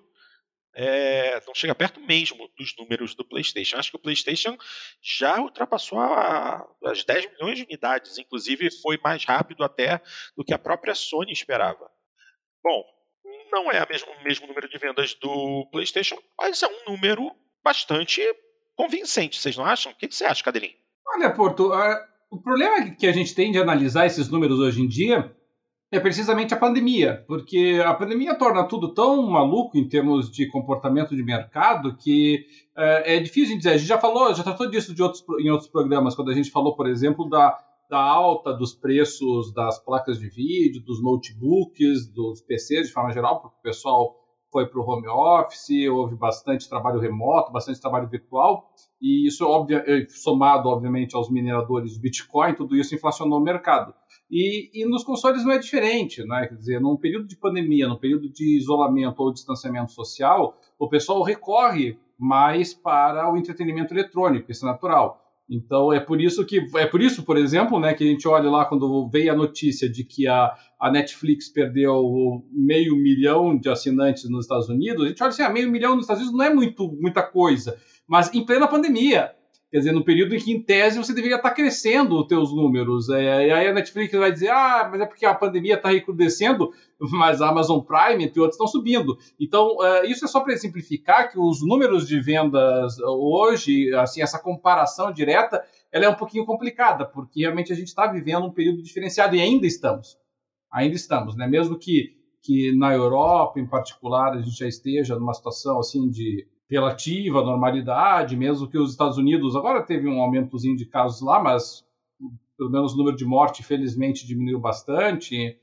Speaker 1: mesmo dos números do PlayStation. Acho que o PlayStation já ultrapassou as 10 milhões de unidades. Inclusive, foi mais rápido até do que a própria Sony esperava. Bom, não é o mesmo número de vendas do PlayStation, mas é um número bastante convincente. Vocês não acham? O que você acha, Cadelinho?
Speaker 2: Olha, Porto, o problema que a gente tem de analisar esses números hoje em dia é precisamente a pandemia, porque a pandemia torna tudo tão maluco em termos de comportamento de mercado que é difícil de dizer. A gente já tratou disso em outros programas, quando a gente falou, por exemplo, da alta dos preços das placas de vídeo, dos notebooks, dos PCs de forma geral, porque o pessoal foi para o home office, houve bastante trabalho remoto, bastante trabalho virtual, e isso somado, obviamente, aos mineradores de Bitcoin, tudo isso inflacionou o mercado. E nos consoles não é diferente, né? Quer dizer, num período de pandemia, num período de isolamento ou distanciamento social, o pessoal recorre mais para o entretenimento eletrônico, isso é natural. Então é por isso, por exemplo, né, que a gente olha lá quando veio a notícia de que a Netflix perdeu 500 mil de assinantes nos Estados Unidos, a gente olha assim, 500 mil nos Estados Unidos não é muita coisa, mas em plena pandemia, quer dizer, no período em que, em tese, você deveria estar crescendo os teus números. E aí a Netflix vai dizer, mas é porque a pandemia está recrudescendo, mas a Amazon Prime, entre outros, estão subindo. Então, isso é só para exemplificar que os números de vendas hoje, assim, essa comparação direta, ela é um pouquinho complicada, porque realmente a gente está vivendo um período diferenciado e ainda estamos. Né? Mesmo que na Europa, em particular, a gente já esteja numa situação assim de relativa normalidade, mesmo que os Estados Unidos agora teve um aumentozinho de casos lá, mas pelo menos o número de morte, felizmente, diminuiu bastante.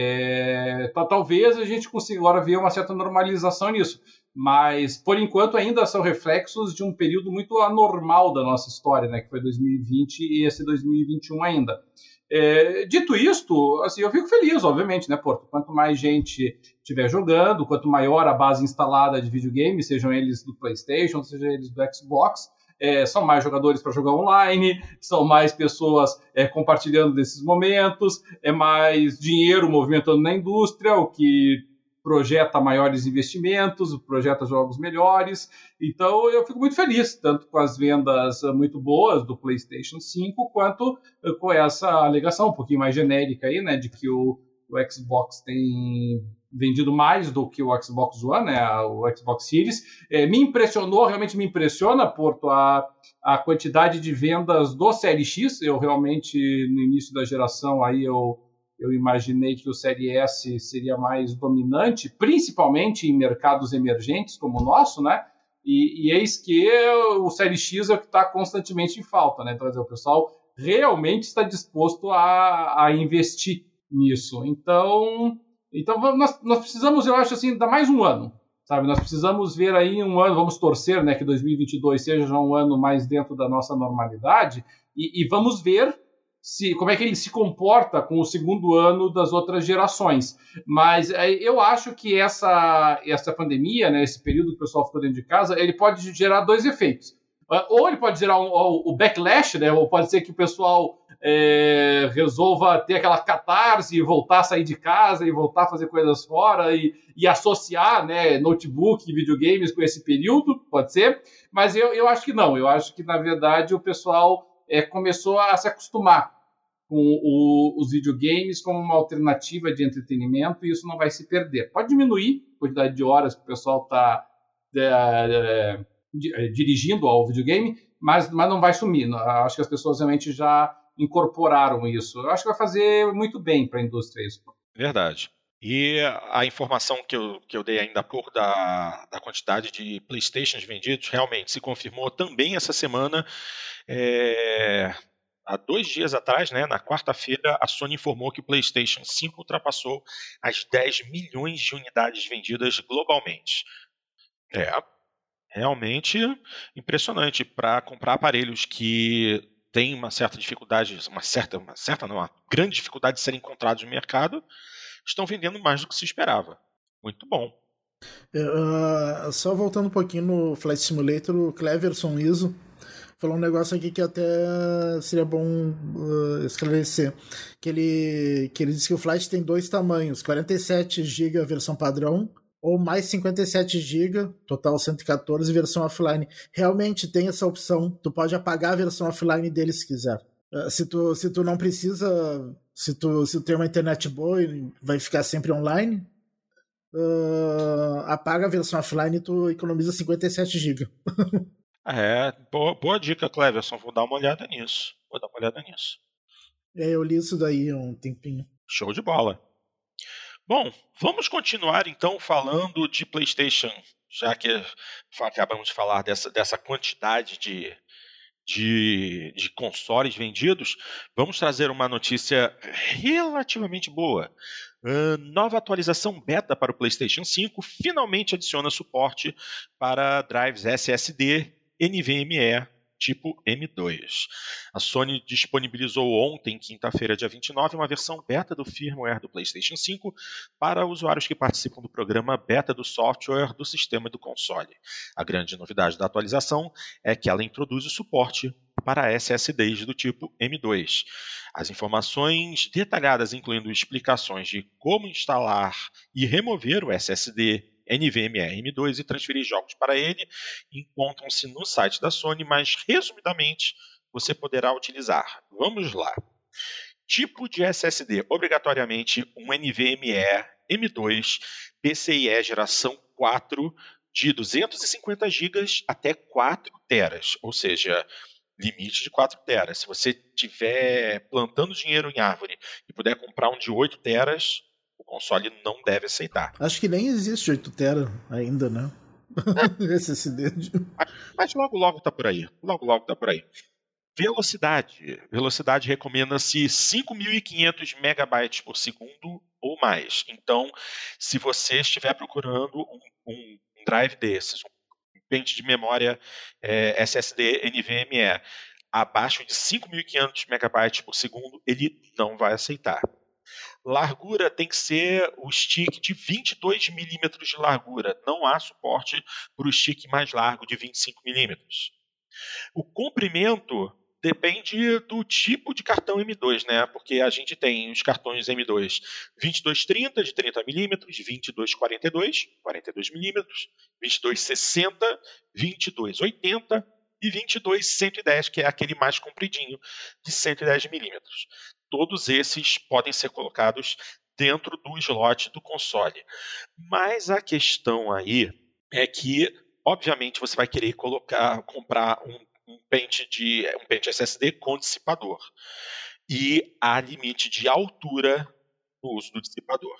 Speaker 2: Talvez a gente consiga agora ver uma certa normalização nisso, mas por enquanto ainda são reflexos de um período muito anormal da nossa história, né, que foi 2020 e esse 2021 ainda. Dito isto, assim, eu fico feliz, obviamente, né, Porto? Quanto mais gente estiver jogando, quanto maior a base instalada de videogames, sejam eles do PlayStation, sejam eles do Xbox, são mais jogadores para jogar online, são mais pessoas compartilhando desses momentos, é mais dinheiro movimentando na indústria, o que projeta maiores investimentos, projeta jogos melhores. Então eu fico muito feliz, tanto com as vendas muito boas do PlayStation 5, quanto com essa alegação um pouquinho mais genérica aí, né, de que o Xbox tem vendido mais do que o Xbox One, né, o Xbox Series. Realmente me impressiona, Porto, a quantidade de vendas do Série X. Eu realmente, no início da geração, aí eu imaginei que o Série S seria mais dominante, principalmente em mercados emergentes como o nosso, né? E eis que o Série X é o que está constantemente em falta, né? Então, o pessoal realmente está disposto a investir nisso. Então nós precisamos, eu acho assim, dar mais um ano, sabe? Nós precisamos ver aí um ano, vamos torcer, né, que 2022 seja já um ano mais dentro da nossa normalidade e vamos ver como é que ele se comporta com o segundo ano das outras gerações. Mas eu acho que essa pandemia, né, esse período que o pessoal ficou dentro de casa, ele pode gerar dois efeitos. Ou ele pode gerar o backlash, né, ou pode ser que o pessoal resolva ter aquela catarse e voltar a sair de casa e voltar a fazer coisas fora e associar, né, notebook e videogames com esse período, pode ser. Mas eu acho que não. Eu acho que, na verdade, o pessoal começou a se acostumar com os videogames como uma alternativa de entretenimento e isso não vai se perder. Pode diminuir a quantidade de horas que o pessoal está dirigindo ao videogame, mas não vai sumir. Acho que as pessoas realmente já incorporaram isso. Eu acho que vai fazer muito bem para a indústria isso.
Speaker 1: Verdade. E a informação que eu dei ainda há pouco da quantidade de PlayStations vendidos realmente se confirmou também essa semana. Há 2 dias atrás, né, na quarta-feira, a Sony informou que o PlayStation 5 ultrapassou as 10 milhões de unidades vendidas globalmente. Realmente impressionante para comprar aparelhos que têm uma certa dificuldade, uma grande dificuldade de serem encontrados no mercado, estão vendendo mais do que se esperava. Muito bom.
Speaker 3: Só voltando um pouquinho no Flight Simulator, o Cleverson ISO falou um negócio aqui que até seria bom esclarecer. Que ele disse que o Flight tem 2 tamanhos, 47 GB a versão padrão, ou mais 57 GB, total 114, versão offline. Realmente tem essa opção, tu pode apagar a versão offline dele se quiser. Se tu não precisa, se tu tem uma internet boa e vai ficar sempre online, apaga a versão offline e tu economiza 57 GB.
Speaker 1: Boa dica, Cleverson. Vou dar uma olhada nisso.
Speaker 3: Eu li isso daí há um tempinho.
Speaker 1: Show de bola. Bom, vamos continuar então falando de PlayStation, já que acabamos de falar dessa quantidade de consoles vendidos. Vamos trazer uma notícia relativamente boa. Nova atualização beta para o PlayStation 5 finalmente adiciona suporte para drives SSD NVMe tipo M2. A Sony disponibilizou ontem, quinta-feira, dia 29, uma versão beta do firmware do PlayStation 5 para usuários que participam do programa beta do software do sistema do console. A grande novidade da atualização é que ela introduz o suporte para SSDs do tipo M2. As informações detalhadas, incluindo explicações de como instalar e remover o SSD NVMe M2 e transferir jogos para ele, encontram-se no site da Sony, mas resumidamente você poderá utilizar. Vamos lá. Tipo de SSD, obrigatoriamente um NVMe M2 PCIe geração 4 de 250 GB até 4 teras, ou seja, limite de 4 teras. Se você estiver plantando dinheiro em árvore e puder comprar um de 8 teras, o console não deve aceitar.
Speaker 3: Acho que nem existe 8 tera ainda, né? SSD.
Speaker 1: Mas logo logo tá por aí. Logo logo tá por aí. Velocidade recomenda-se 5.500 megabytes por segundo ou mais. Então, se você estiver procurando um drive desses, um pente de memória SSD NVMe abaixo de 5.500 megabytes por segundo, ele não vai aceitar. Largura tem que ser o stick de 22 milímetros de largura. Não há suporte para o stick mais largo de 25 milímetros. O comprimento depende do tipo de cartão M2, né? Porque a gente tem os cartões M2 2230 de 30 mm, 2242, 42 mm, 2260, 2280 e 22110, que é aquele mais compridinho, de 110 mm. Todos esses podem ser colocados dentro do slot do console. Mas a questão aí é que, obviamente, você vai querer comprar um pente SSD com dissipador. E há limite de altura no uso do dissipador.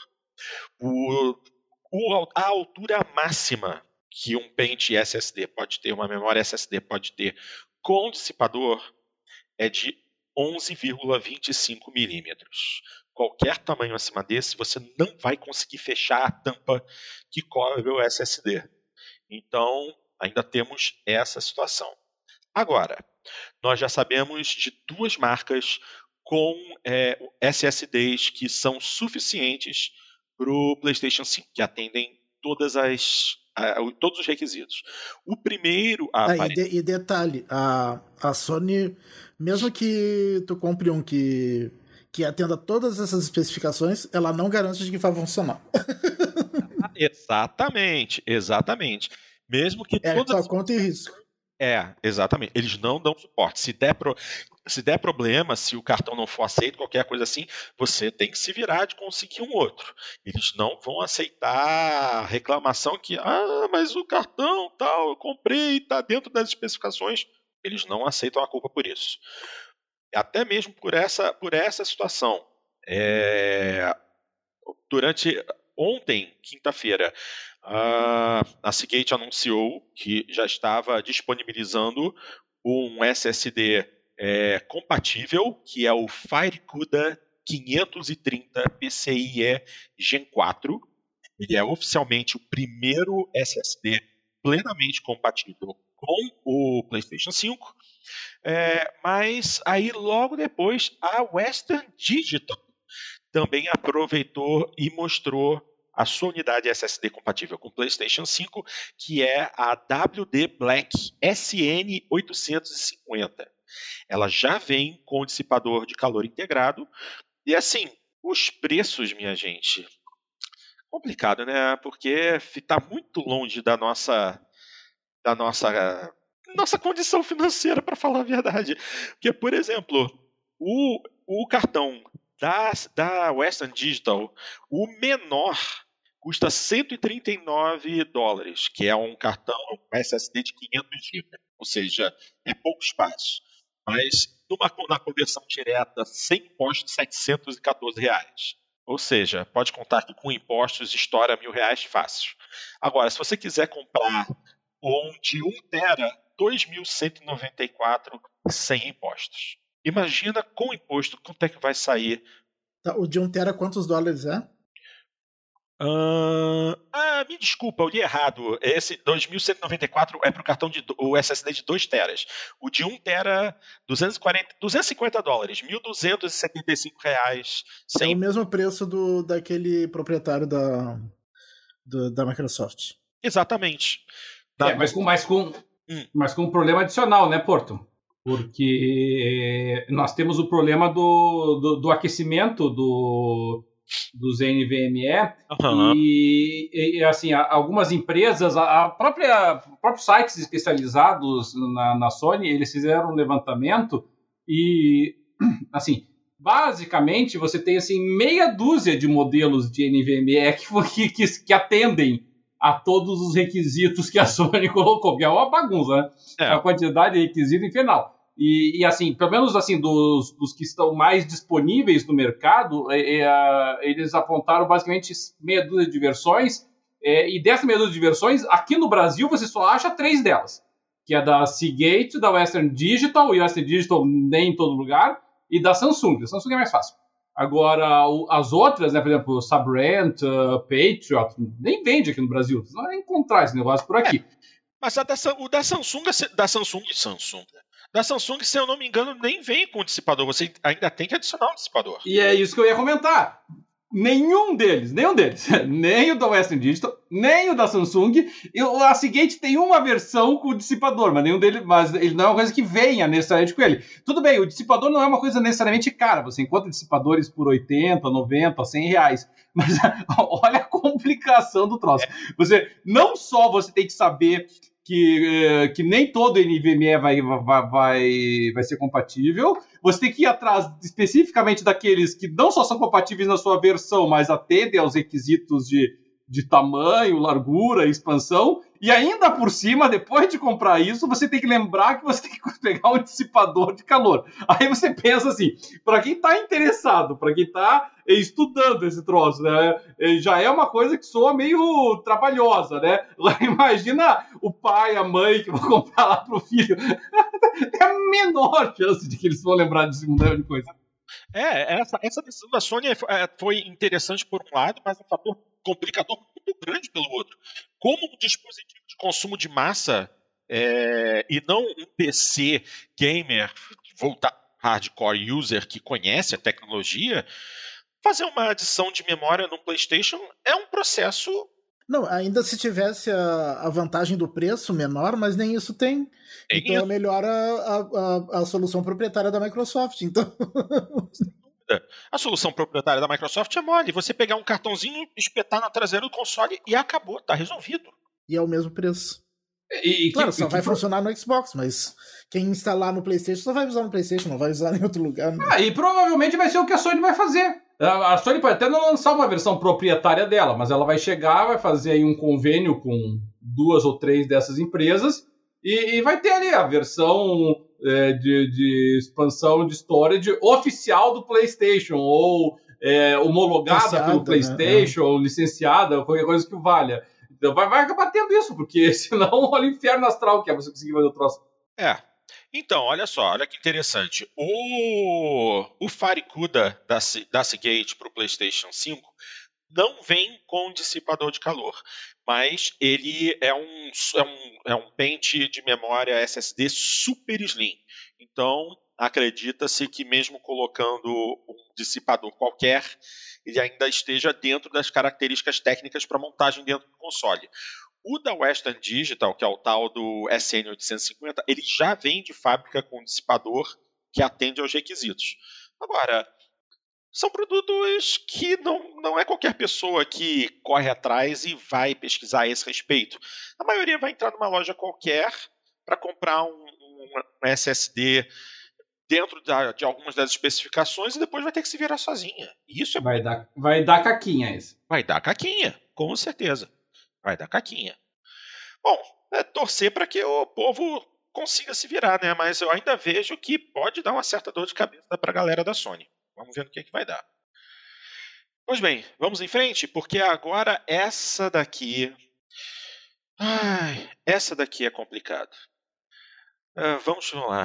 Speaker 1: A altura máxima que um pente SSD pode ter, uma memória SSD pode ter com dissipador é de 11,25 milímetros. Qualquer tamanho acima desse, você não vai conseguir fechar a tampa que cobre o SSD. Então, ainda temos essa situação. Agora, nós já sabemos de duas marcas com SSDs que são suficientes para o PlayStation 5, que atendem todos os requisitos. O primeiro...
Speaker 3: E detalhe, a Sony, mesmo que tu compre um que atenda todas essas especificações, ela não garante que vai funcionar.
Speaker 1: Exatamente. Mesmo que
Speaker 3: todas... conta e risco.
Speaker 1: Exatamente. Eles não dão suporte. Se der problema, se o cartão não for aceito, qualquer coisa assim, você tem que se virar de conseguir um outro. Eles não vão aceitar reclamação que, mas o cartão tal, eu comprei, está dentro das especificações. Eles não aceitam a culpa por isso. Até mesmo por essa situação. Durante ontem, quinta-feira, a Seagate anunciou que já estava disponibilizando um SSD compatível, que é o FireCuda 530 PCIe Gen 4. Ele é oficialmente o primeiro SSD plenamente compatível com o PlayStation 5. Mas aí logo depois a Western Digital também aproveitou e mostrou a sua unidade SSD compatível com o PlayStation 5, que é a WD Black SN850. Ela já vem com dissipador de calor integrado. E assim, os preços, minha gente, complicado, né? Porque está muito longe da nossa condição financeira, para falar a verdade. Porque, por exemplo, o cartão da Western Digital, o menor custa $139, que é um cartão SSD de 500 GB, ou seja, é pouco espaço. Mas na conversão direta, sem impostos, R$714. Ou seja, pode contar que com impostos estoura R$1.000 fácil. Agora, se você quiser comprar um de 1 tera, R$2.194 sem impostos. Imagina com imposto quanto é que vai sair.
Speaker 3: Tá, o de 1 tera quantos dólares é?
Speaker 1: Me desculpa, eu li errado. Esse 2.194 é para o cartão o SSD de 2 teras. O de 1 tera, $250, R$1.275.
Speaker 3: É o mesmo preço daquele proprietário da Microsoft.
Speaker 1: Exatamente.
Speaker 2: Mas com um problema adicional, né, Porto? porque nós temos o problema do aquecimento dos NVMe e assim, algumas empresas, próprios sites especializados na Sony, eles fizeram um levantamento e, assim, basicamente você tem assim, meia dúzia de modelos de NVMe que atendem a todos os requisitos que a Sony colocou, porque é uma bagunça, né? A quantidade de requisito infernal. E assim, pelo menos assim, dos que estão mais disponíveis no mercado, eles apontaram basicamente meia dúzia de versões, e dessa meia dúzia de versões, aqui no Brasil você só acha 3 delas, que é da Seagate, da Western Digital, e Western Digital nem em todo lugar, e da Samsung. A Samsung é mais fácil. Agora, as outras, né, por exemplo, Sabrent, Patriot, nem vende aqui no Brasil. Você não vai encontrar esse negócio por aqui.
Speaker 1: Mas o da Samsung, se eu não me engano, nem vem com dissipador. Você ainda tem que adicionar um dissipador.
Speaker 2: E é isso que eu ia comentar. Nenhum deles, nem o da Western Digital, nem o da Samsung. A Seagate tem uma versão com o dissipador, mas nenhum deles, mas ele não é uma coisa que venha necessariamente com ele. Tudo bem, o dissipador não é uma coisa necessariamente cara. Você encontra dissipadores por 80, 90, 100 reais. Mas olha a complicação do troço. Você tem que saber que nem todo NVMe vai ser compatível. Você tem que ir atrás especificamente daqueles que não só são compatíveis na sua versão, mas atendem aos requisitos de tamanho, largura, expansão. E ainda por cima, depois de comprar isso, você tem que lembrar que você tem que pegar um dissipador de calor. Aí você pensa assim, para quem está interessado, para quem está estudando esse troço, né, já é uma coisa que soa meio trabalhosa, né? Imagina o pai, a mãe que vão comprar lá pro filho. É a menor chance de que eles vão lembrar desse modelo de coisa.
Speaker 1: Essa decisão da Sony foi interessante por um lado, mas um fator complicador muito grande pelo outro. Como um dispositivo de consumo de massa e não um PC gamer voltado hardcore user que conhece a tecnologia, fazer uma adição de memória no PlayStation é um processo...
Speaker 3: Não, ainda se tivesse a vantagem do preço menor, mas nem isso tem. Então é melhor a solução proprietária da Microsoft. Então...
Speaker 1: A solução proprietária da Microsoft é mole. Você pegar um cartãozinho, espetar na traseira do console e acabou, tá resolvido.
Speaker 3: E é o mesmo preço. Claro, só vai funcionar no Xbox, mas quem instalar no PlayStation só vai usar no PlayStation, não vai usar em outro lugar. Né?
Speaker 2: E provavelmente vai ser o que a Sony vai fazer. A Sony pode até não lançar uma versão proprietária dela, mas ela vai chegar, vai fazer aí um convênio com 2 ou 3 dessas empresas e vai ter ali a versão de expansão de storage oficial do PlayStation ou homologada pelo PlayStation, né? Licenciada, qualquer coisa que valha. Então vai acabar tendo isso, porque senão olha o inferno astral que é você conseguir fazer o troço.
Speaker 1: Então, olha só, olha que interessante. O FireCuda da Seagate para o PlayStation 5 não vem com dissipador de calor, mas ele é um pente de memória SSD super slim. Então, acredita-se que mesmo colocando um dissipador qualquer, ele ainda esteja dentro das características técnicas para montagem dentro do console. O da Western Digital, que é o tal do SN850, ele já vem de fábrica com um dissipador que atende aos requisitos. Agora, são produtos que não é qualquer pessoa que corre atrás e vai pesquisar a esse respeito. A maioria vai entrar numa loja qualquer para comprar um SSD dentro de algumas das especificações e depois vai ter que se virar sozinha. Isso
Speaker 2: vai dar caquinha esse.
Speaker 1: Vai dar caquinha, com certeza. Vai dar caquinha. Bom, torcer para que o povo consiga se virar, né? Mas eu ainda vejo que pode dar uma certa dor de cabeça para a galera da Sony. Vamos ver no que vai dar. Pois bem, vamos em frente, porque agora essa daqui... essa daqui é complicado. Vamos lá.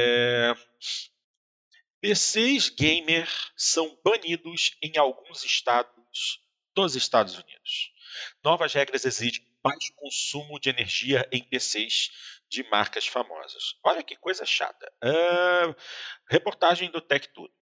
Speaker 1: PCs gamer são banidos em alguns estados dos Estados Unidos. Novas regras exigem baixo consumo de energia em PCs de marcas famosas. Olha que coisa chata. Reportagem do TechTudo.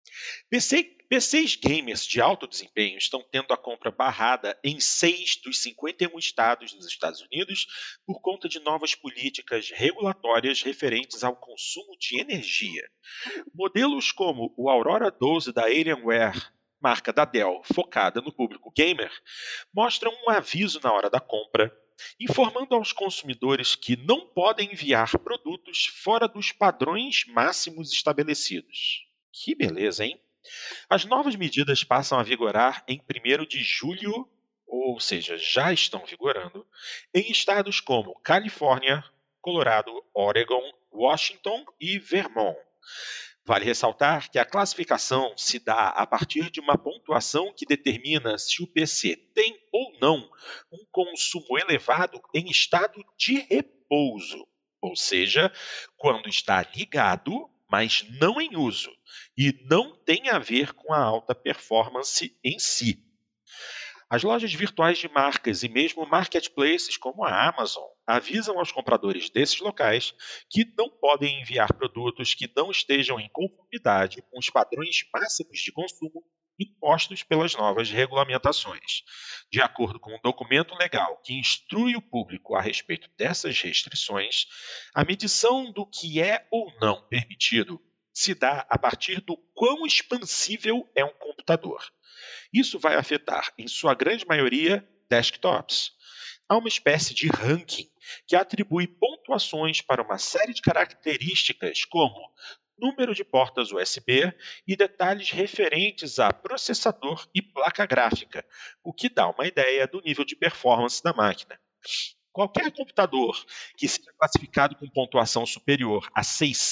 Speaker 1: PCs gamers de alto desempenho estão tendo a compra barrada em 6 dos 51 estados dos Estados Unidos por conta de novas políticas regulatórias referentes ao consumo de energia. Modelos como o Aurora 12 da Alienware, marca da Dell focada no público gamer, mostram um aviso na hora da compra, informando aos consumidores que não podem enviar produtos fora dos padrões máximos estabelecidos. Que beleza, hein? As novas medidas passam a vigorar em 1º de julho, ou seja, já estão vigorando, em estados como Califórnia, Colorado, Oregon, Washington e Vermont. Vale ressaltar que a classificação se dá a partir de uma pontuação que determina se o PC tem ou não um consumo elevado em estado de repouso, ou seja, quando está ligado, mas não em uso, e não tem a ver com a alta performance em si. As lojas virtuais de marcas e mesmo marketplaces como a Amazon avisam aos compradores desses locais que não podem enviar produtos que não estejam em conformidade com os padrões máximos de consumo impostos pelas novas regulamentações. De acordo com um documento legal que instrui o público a respeito dessas restrições, a medição do que é ou não permitido se dá a partir do quão expansível é um computador. Isso vai afetar, em sua grande maioria, desktops. Há uma espécie de ranking que atribui pontuações para uma série de características como número de portas USB e detalhes referentes a processador e placa gráfica, o que dá uma ideia do nível de performance da máquina. Qualquer computador que seja classificado com pontuação superior a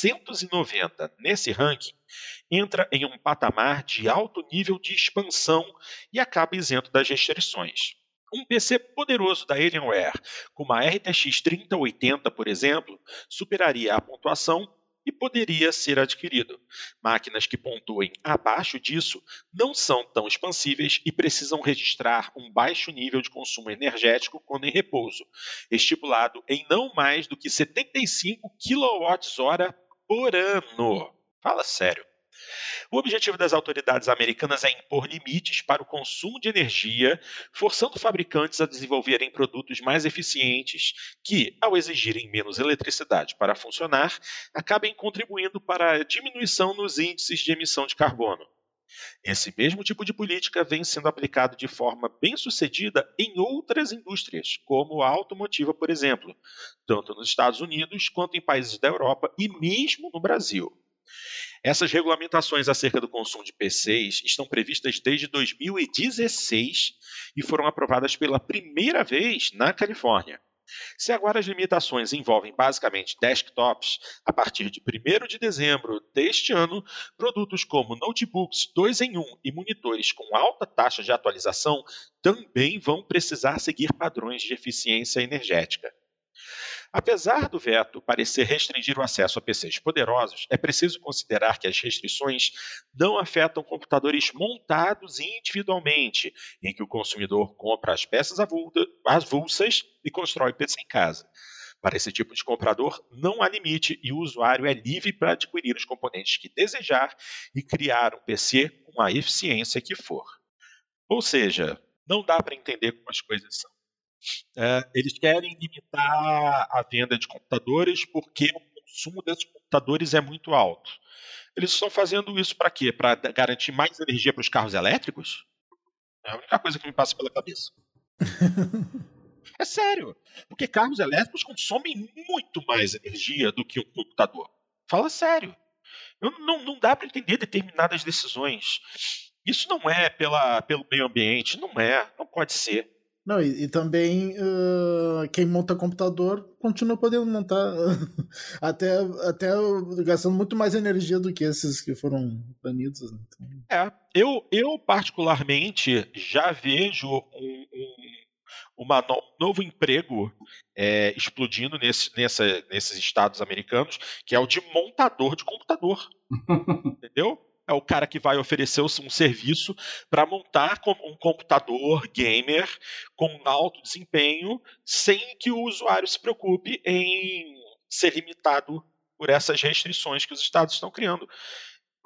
Speaker 1: 690 nesse ranking entra em um patamar de alto nível de expansão e acaba isento das restrições. Um PC poderoso da Alienware, como a RTX 3080, por exemplo, superaria a pontuação e poderia ser adquirido. Máquinas que pontuem abaixo disso não são tão expansíveis e precisam registrar um baixo nível de consumo energético quando em repouso, estipulado em não mais do que 75 kWh por ano. Fala sério. O objetivo das autoridades americanas é impor limites para o consumo de energia, forçando fabricantes a desenvolverem produtos mais eficientes que, ao exigirem menos eletricidade para funcionar, acabem contribuindo para a diminuição nos índices de emissão de carbono. Esse mesmo tipo de política vem sendo aplicado de forma bem-sucedida em outras indústrias, como a automotiva, por exemplo, tanto nos Estados Unidos quanto em países da Europa e mesmo no Brasil. Essas regulamentações acerca do consumo de PCs estão previstas desde 2016 e foram aprovadas pela primeira vez na Califórnia. Se agora as limitações envolvem basicamente desktops, a partir de 1º de dezembro deste ano, produtos como notebooks 2 em 1 e monitores com alta taxa de atualização também vão precisar seguir padrões de eficiência energética. Apesar do veto parecer restringir o acesso a PCs poderosos, é preciso considerar que as restrições não afetam computadores montados individualmente, em que o consumidor compra as peças avulsas e constrói o PC em casa. Para esse tipo de comprador, não há limite e o usuário é livre para adquirir os componentes que desejar e criar um PC com a eficiência que for. Ou seja, não dá para entender como as coisas são. Eles querem limitar a venda de computadores porque o consumo desses computadores é muito alto. Eles estão fazendo isso para quê? Para garantir mais energia para os carros elétricos? É a única coisa que me passa pela cabeça. É sério, porque carros elétricos consomem muito mais energia do que um computador. Fala sério. Não dá para entender determinadas decisões. Isso não é pelo meio ambiente, não pode ser.
Speaker 3: Não, e também quem monta computador continua podendo montar até gastando muito mais energia do que esses que foram banidos.
Speaker 1: Então... Eu particularmente já vejo um novo emprego explodindo nesses estados americanos, que é o de montador de computador. Entendeu? É o cara que vai oferecer um serviço para montar um computador gamer com alto desempenho, sem que o usuário se preocupe em ser limitado por essas restrições que os estados estão criando.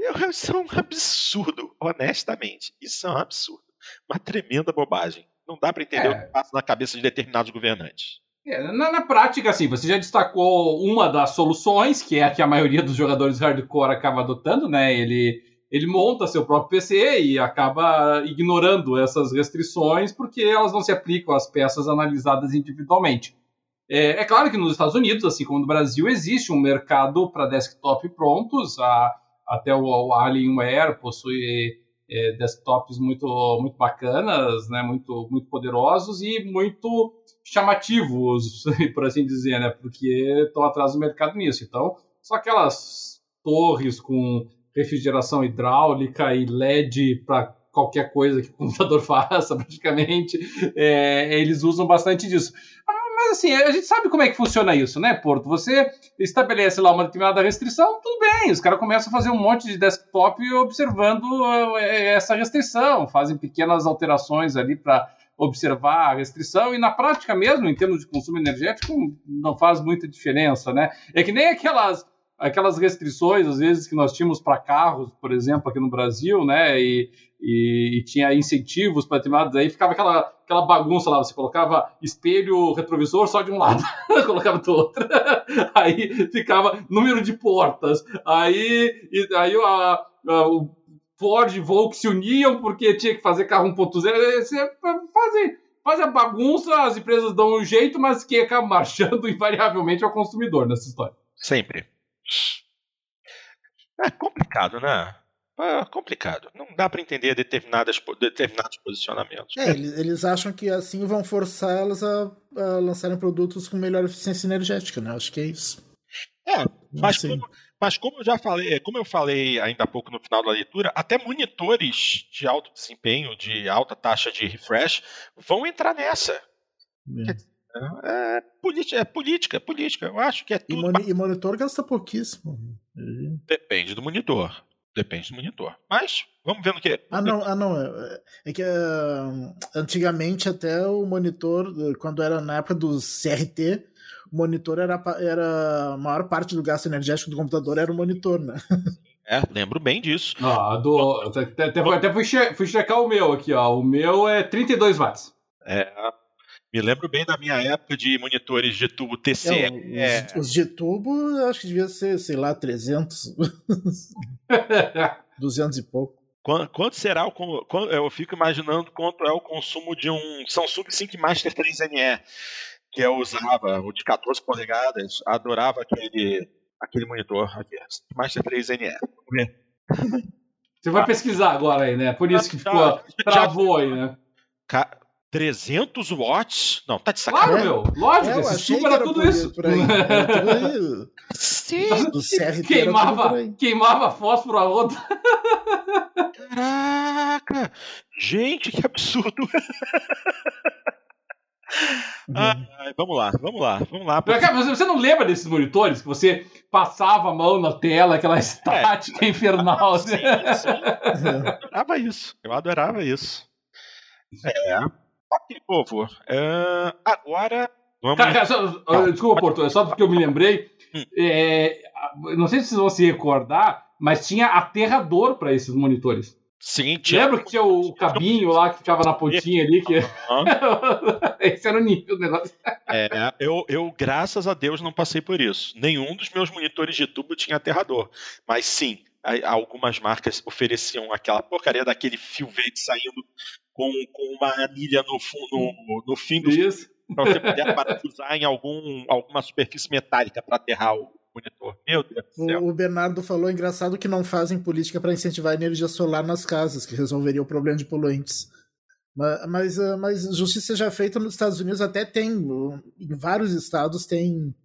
Speaker 1: Isso é um absurdo, honestamente. Isso é um absurdo. Uma tremenda bobagem. Não dá para entender o que passa na cabeça de determinados governantes.
Speaker 2: Na prática, assim, você já destacou uma das soluções, que é a que a maioria dos jogadores hardcore acaba adotando, né? Ele monta seu próprio PC e acaba ignorando essas restrições porque elas não se aplicam às peças analisadas individualmente. É claro que nos Estados Unidos, assim como no Brasil, existe um mercado para desktop prontos. Até o Alienware possui desktops muito, muito bacanas, né, muito, muito poderosos e muito chamativos, por assim dizer, né, porque estão atrás do mercado nisso. Então, só aquelas torres com refrigeração hidráulica e LED para qualquer coisa que o computador faça, praticamente, eles usam bastante disso. Mas assim, a gente sabe como é que funciona isso, né, Porto? Você estabelece lá uma determinada restrição, tudo bem, os caras começam a fazer um monte de desktop observando essa restrição, fazem pequenas alterações ali para observar a restrição, e na prática mesmo, em termos de consumo energético, não faz muita diferença, né? É que nem aquelas restrições, às vezes, que nós tínhamos para carros, por exemplo, aqui no Brasil, né, e tinha incentivos para determinados, aí ficava aquela bagunça lá, você colocava espelho retrovisor só de um lado, colocava do outro, aí ficava número de portas, aí o Ford e Volkswagen se uniam porque tinha que fazer carro 1.0, você faz a bagunça, as empresas dão um jeito, mas quem acaba marchando invariavelmente é o consumidor nessa história.
Speaker 1: Sempre. É complicado, né? É complicado. Não dá para entender determinados posicionamentos.
Speaker 3: Eles acham que assim vão forçar elas a lançarem produtos com melhor eficiência energética, né? Acho que é isso.
Speaker 1: Mas como eu falei ainda há pouco no final da leitura, até monitores de alto desempenho, de alta taxa de refresh, vão entrar nessa. É política. Eu acho que é tudo.
Speaker 3: E monitor gasta pouquíssimo.
Speaker 1: Depende do monitor. Mas vamos ver no que.
Speaker 3: Não. É que antigamente até o monitor, quando era na época dos CRT, o monitor era a maior parte do gasto energético do computador era o monitor, né?
Speaker 1: Lembro bem disso.
Speaker 2: Até fui checar o meu aqui, ó. O meu é 32 watts.
Speaker 1: Me lembro bem da minha época de monitores de tubo TCE.
Speaker 3: Os de tubo, acho que devia ser, sei lá, 300. 200 e pouco.
Speaker 1: Quanto será eu fico imaginando quanto é o consumo de um Samsung Sync Master 3NE, que eu usava, o de 14 polegadas, adorava aquele monitor aqui, Sync Master 3NE. Vamos ver.
Speaker 2: Você vai pesquisar agora aí, né? Por isso que travou aí, né?
Speaker 1: 300 watts? Não, tá de sacanagem.
Speaker 2: Claro, meu. Lógico, esse tubo era tudo isso.
Speaker 3: Por aí. Era tudo aí.
Speaker 1: Sim.
Speaker 3: Do CRT
Speaker 2: queimava fósforo a outra.
Speaker 1: Caraca! Gente, que absurdo! Vamos lá.
Speaker 2: Você não lembra desses monitores que você passava a mão na tela, aquela estática infernal?
Speaker 1: Sim. Eu adorava isso. Ok, povo. Agora vamos.
Speaker 2: Desculpa, Porto, só porque eu me lembrei. Não sei se vocês vão se recordar, mas tinha aterrador para esses monitores.
Speaker 1: Sim,
Speaker 2: lembra que tinha o cabinho lá que ficava na pontinha ali? Esse era o nível do negócio.
Speaker 1: Eu, graças a Deus, não passei por isso. Nenhum dos meus monitores de tubo tinha aterrador. Mas sim, algumas marcas ofereciam aquela porcaria daquele fio verde saindo com uma anilha no fim do
Speaker 2: isso.
Speaker 1: Para você poder parafusar em alguma superfície metálica para aterrar o monitor. Meu Deus do céu.
Speaker 3: O Bernardo falou, engraçado que não fazem política para incentivar a energia solar nas casas, que resolveria o problema de poluentes. Mas justiça já feita nos Estados Unidos até tem, em vários estados tem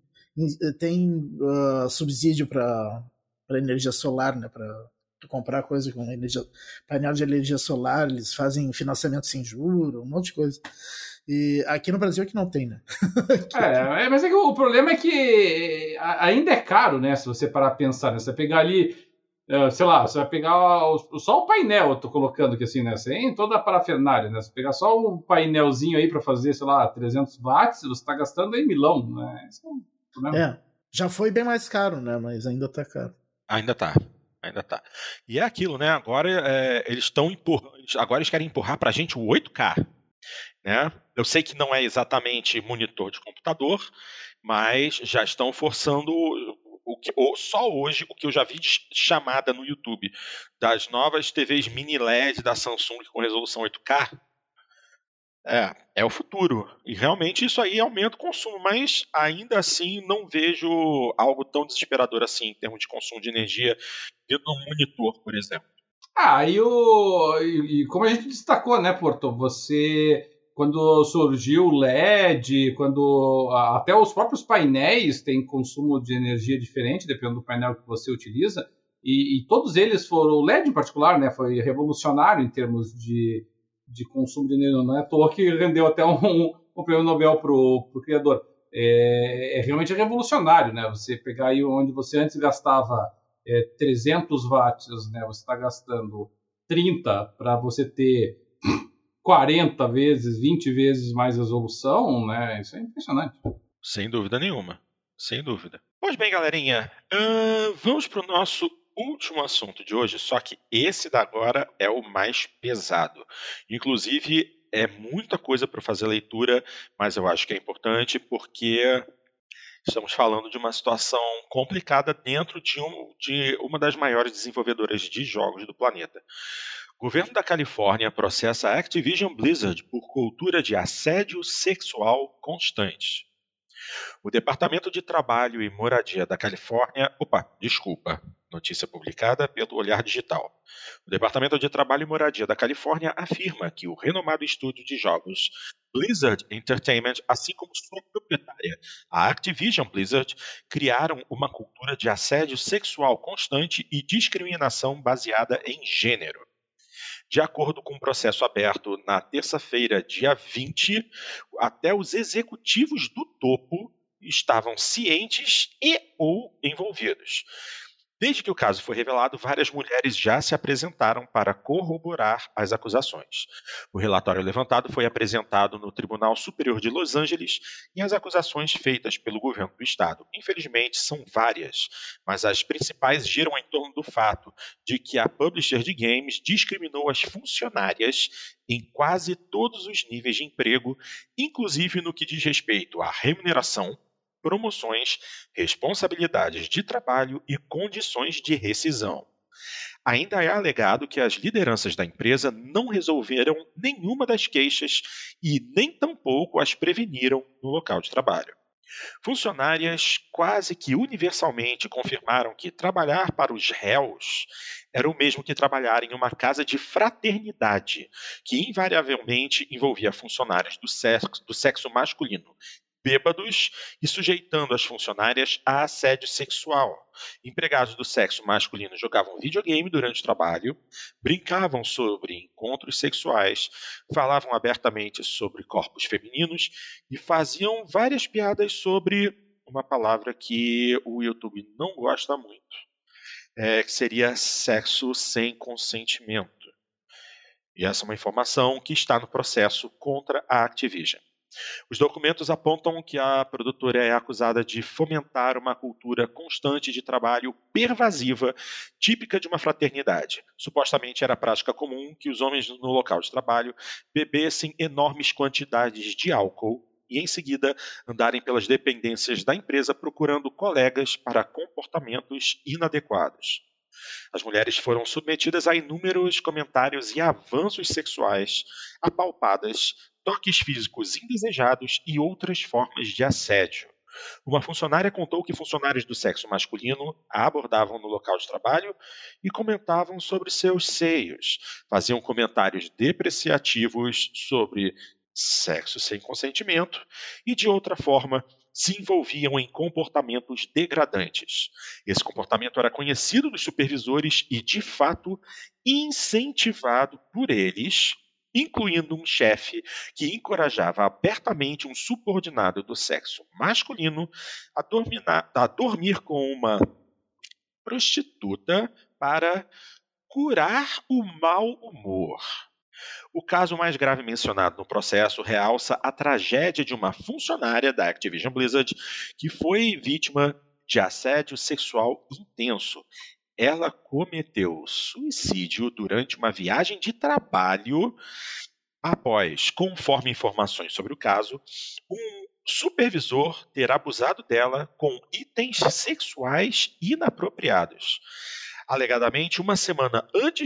Speaker 3: subsídio para energia solar, né, para comprar coisa com painel de energia solar, eles fazem financiamento sem juros, um monte de coisa. E aqui no Brasil é que não tem, né?
Speaker 2: Mas é que o problema é que ainda é caro, né? Se você parar a pensar, né? Você pegar ali, sei lá, você vai pegar só o painel, eu tô colocando aqui assim, né? Sem toda a parafernália, né? Você pegar só o painelzinho aí para fazer, sei lá, 300 watts, você tá gastando aí milão, né? Isso é um problema.
Speaker 3: Já foi bem mais caro, né? Mas ainda tá caro.
Speaker 1: Ainda tá. Ainda tá. E é aquilo, né? Agora eles estão empurrando. Agora eles querem empurrar pra gente o 8K. Né? Eu sei que não é exatamente monitor de computador, mas já estão forçando só hoje o que eu já vi de chamada no YouTube das novas TVs mini LED da Samsung com resolução 8K. É o futuro. E realmente isso aí aumenta o consumo, mas ainda assim não vejo algo tão desesperador assim em termos de consumo de energia dentro de um monitor, por exemplo.
Speaker 2: E como a gente destacou, né, Porto? Quando surgiu o LED, quando até os próprios painéis têm consumo de energia diferente, dependendo do painel que você utiliza, e todos eles foram, o LED em particular, né, foi revolucionário em termos de consumo de energia, não é à toa que rendeu até um prêmio Nobel para o criador. Realmente revolucionário, né? Você pegar aí onde você antes gastava 300 watts, né? Você está gastando 30 para você ter 40 vezes, 20 vezes mais resolução, né? Isso é impressionante.
Speaker 1: Sem dúvida nenhuma. Sem dúvida. Pois bem, galerinha, vamos para o nosso último assunto de hoje, só que esse da agora é o mais pesado. Inclusive, é muita coisa para fazer leitura, mas eu acho que é importante porque estamos falando de uma situação complicada dentro de uma das maiores desenvolvedoras de jogos do planeta. O governo da Califórnia processa a Activision Blizzard por cultura de assédio sexual constante. O Departamento de Trabalho e Moradia da Califórnia... Notícia publicada pelo Olhar Digital. O Departamento de Trabalho e Moradia da Califórnia afirma que o renomado estúdio de jogos Blizzard Entertainment, assim como sua proprietária, a Activision Blizzard, criaram uma cultura de assédio sexual constante e discriminação baseada em gênero. De acordo com um processo aberto na terça-feira, dia 20, até os executivos do topo estavam cientes e ou envolvidos. Desde que o caso foi revelado, várias mulheres já se apresentaram para corroborar as acusações. O relatório levantado foi apresentado no Tribunal Superior de Los Angeles e as acusações feitas pelo governo do estado, infelizmente, são várias, mas as principais giram em torno do fato de que a publisher de games discriminou as funcionárias em quase todos os níveis de emprego, inclusive no que diz respeito à remuneração, promoções, responsabilidades de trabalho e condições de rescisão. Ainda é alegado que as lideranças da empresa não resolveram nenhuma das queixas e nem tampouco as preveniram no local de trabalho. Funcionárias quase que universalmente confirmaram que trabalhar para os réus era o mesmo que trabalhar em uma casa de fraternidade, que invariavelmente envolvia funcionários do sexo masculino, bêbados e sujeitando as funcionárias a assédio sexual. Empregados do sexo masculino jogavam videogame durante o trabalho, brincavam sobre encontros sexuais, falavam abertamente sobre corpos femininos e faziam várias piadas sobre uma palavra que o YouTube não gosta muito, que seria sexo sem consentimento. E essa é uma informação que está no processo contra a Activision. Os documentos apontam que a produtora é acusada de fomentar uma cultura constante de trabalho pervasiva, típica de uma fraternidade. Supostamente era prática comum que os homens no local de trabalho bebessem enormes quantidades de álcool e, em seguida, andarem pelas dependências da empresa procurando colegas para comportamentos inadequados. As mulheres foram submetidas a inúmeros comentários e avanços sexuais, apalpadas, toques físicos indesejados e outras formas de assédio. Uma funcionária contou que funcionários do sexo masculino a abordavam no local de trabalho e comentavam sobre seus seios, faziam comentários depreciativos sobre sexo sem consentimento e, de outra forma, se envolviam em comportamentos degradantes. Esse comportamento era conhecido dos supervisores e, de fato, incentivado por eles, incluindo um chefe que encorajava abertamente um subordinado do sexo masculino a dormir com uma prostituta para curar o mau humor. O caso mais grave mencionado no processo realça a tragédia de uma funcionária da Activision Blizzard que foi vítima de assédio sexual intenso. ela cometeu suicídio durante uma viagem de trabalho após, conforme informações sobre o caso, um supervisor ter abusado dela com itens sexuais inapropriados. Alegadamente, uma semana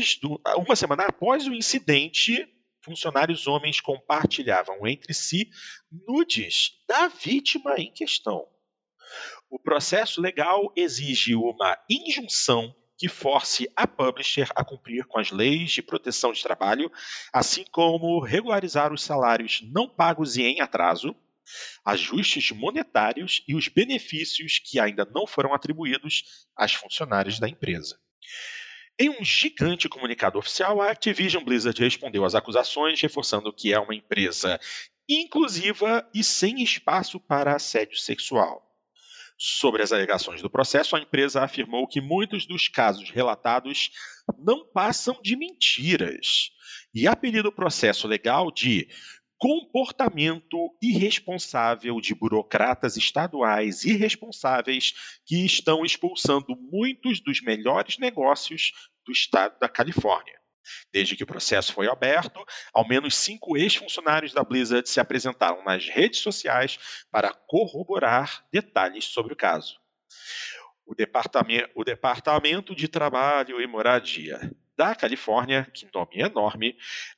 Speaker 1: após o incidente, funcionários homens compartilhavam entre si nudes da vítima em questão. O processo legal exige uma injunção que force a publisher a cumprir com as leis de proteção de trabalho, assim como regularizar os salários não pagos e em atraso, ajustes monetários e os benefícios que ainda não foram atribuídos às funcionários da empresa. Em um gigante comunicado oficial, a Activision Blizzard respondeu às acusações, reforçando que é uma empresa inclusiva e sem espaço para assédio sexual. Sobre as alegações do processo, a empresa afirmou que muitos dos casos relatados não passam de mentiras e apelida o processo legal de comportamento irresponsável de burocratas estaduais irresponsáveis que estão expulsando muitos dos melhores negócios do estado da Califórnia. Desde que o processo foi aberto, ao menos 5 ex-funcionários da Blizzard se apresentaram nas redes sociais para corroborar detalhes sobre o caso. O Departamento de Trabalho e Moradia da Califórnia, que nome enorme,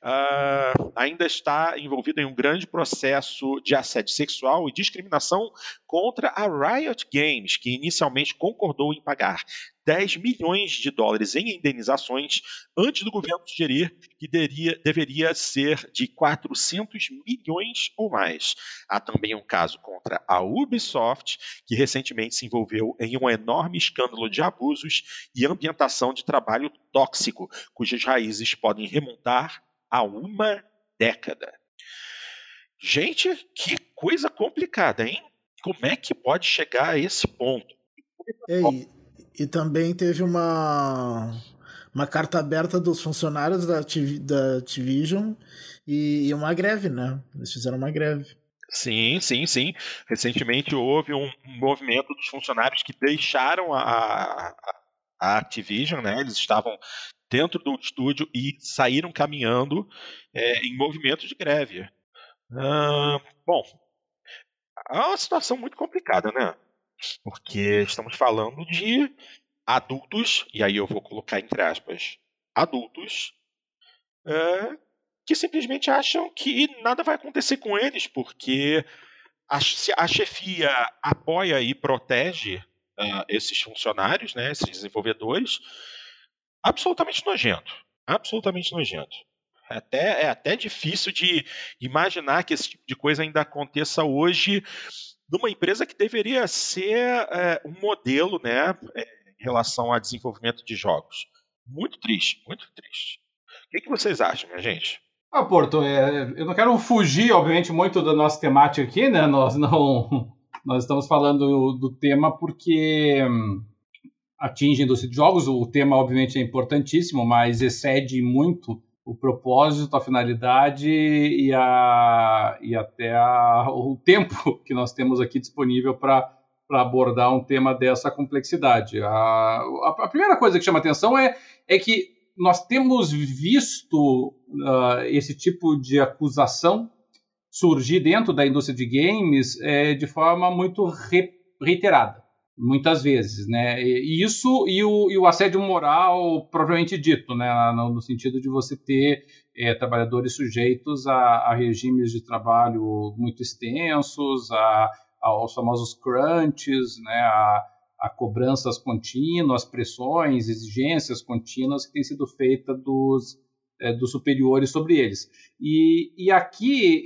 Speaker 1: ainda está envolvido em um grande processo de assédio sexual e discriminação contra a Riot Games, que inicialmente concordou em pagar $10 milhões em indenizações antes do governo sugerir que deveria ser de 400 milhões ou mais. Há também um caso contra a Ubisoft, que recentemente se envolveu em um enorme escândalo de abusos e ambientação de trabalho tóxico, cujas raízes podem remontar a uma década. Gente, que coisa complicada, hein? Como é que pode chegar a esse ponto?
Speaker 3: E também teve uma carta aberta dos funcionários da Activision e uma greve, né? Eles fizeram uma greve.
Speaker 1: Sim. Recentemente houve um movimento dos funcionários que deixaram a Activision, né? Eles estavam dentro do estúdio e saíram caminhando em movimento de greve. Bom, é uma situação muito complicada, né? Porque estamos falando de adultos, e aí eu vou colocar entre aspas, adultos, que simplesmente acham que nada vai acontecer com eles, porque a chefia apoia e protege esses funcionários, né, esses desenvolvedores. Absolutamente nojento. Absolutamente nojento. É até difícil de imaginar que esse tipo de coisa ainda aconteça hoje numa empresa que deveria ser um modelo, né, em relação ao desenvolvimento de jogos. Muito triste, muito triste. O que vocês acham, minha gente?
Speaker 2: Porto, eu não quero fugir, obviamente, muito da nossa temática aqui, né? Nós estamos falando do tema porque atinge a indústria de jogos. O tema, obviamente, é importantíssimo, mas excede muito o propósito, a finalidade e até o tempo que nós temos aqui disponível para abordar um tema dessa complexidade. A primeira coisa que chama atenção é que nós temos visto esse tipo de acusação surgir dentro da indústria de games de forma muito reiterada, muitas vezes, né? E isso e o assédio moral propriamente dito, né? No sentido de você ter trabalhadores sujeitos a regimes de trabalho muito extensos, aos famosos crunches, né? A cobranças contínuas, pressões, exigências contínuas que têm sido feitas dos superiores sobre eles. E aqui,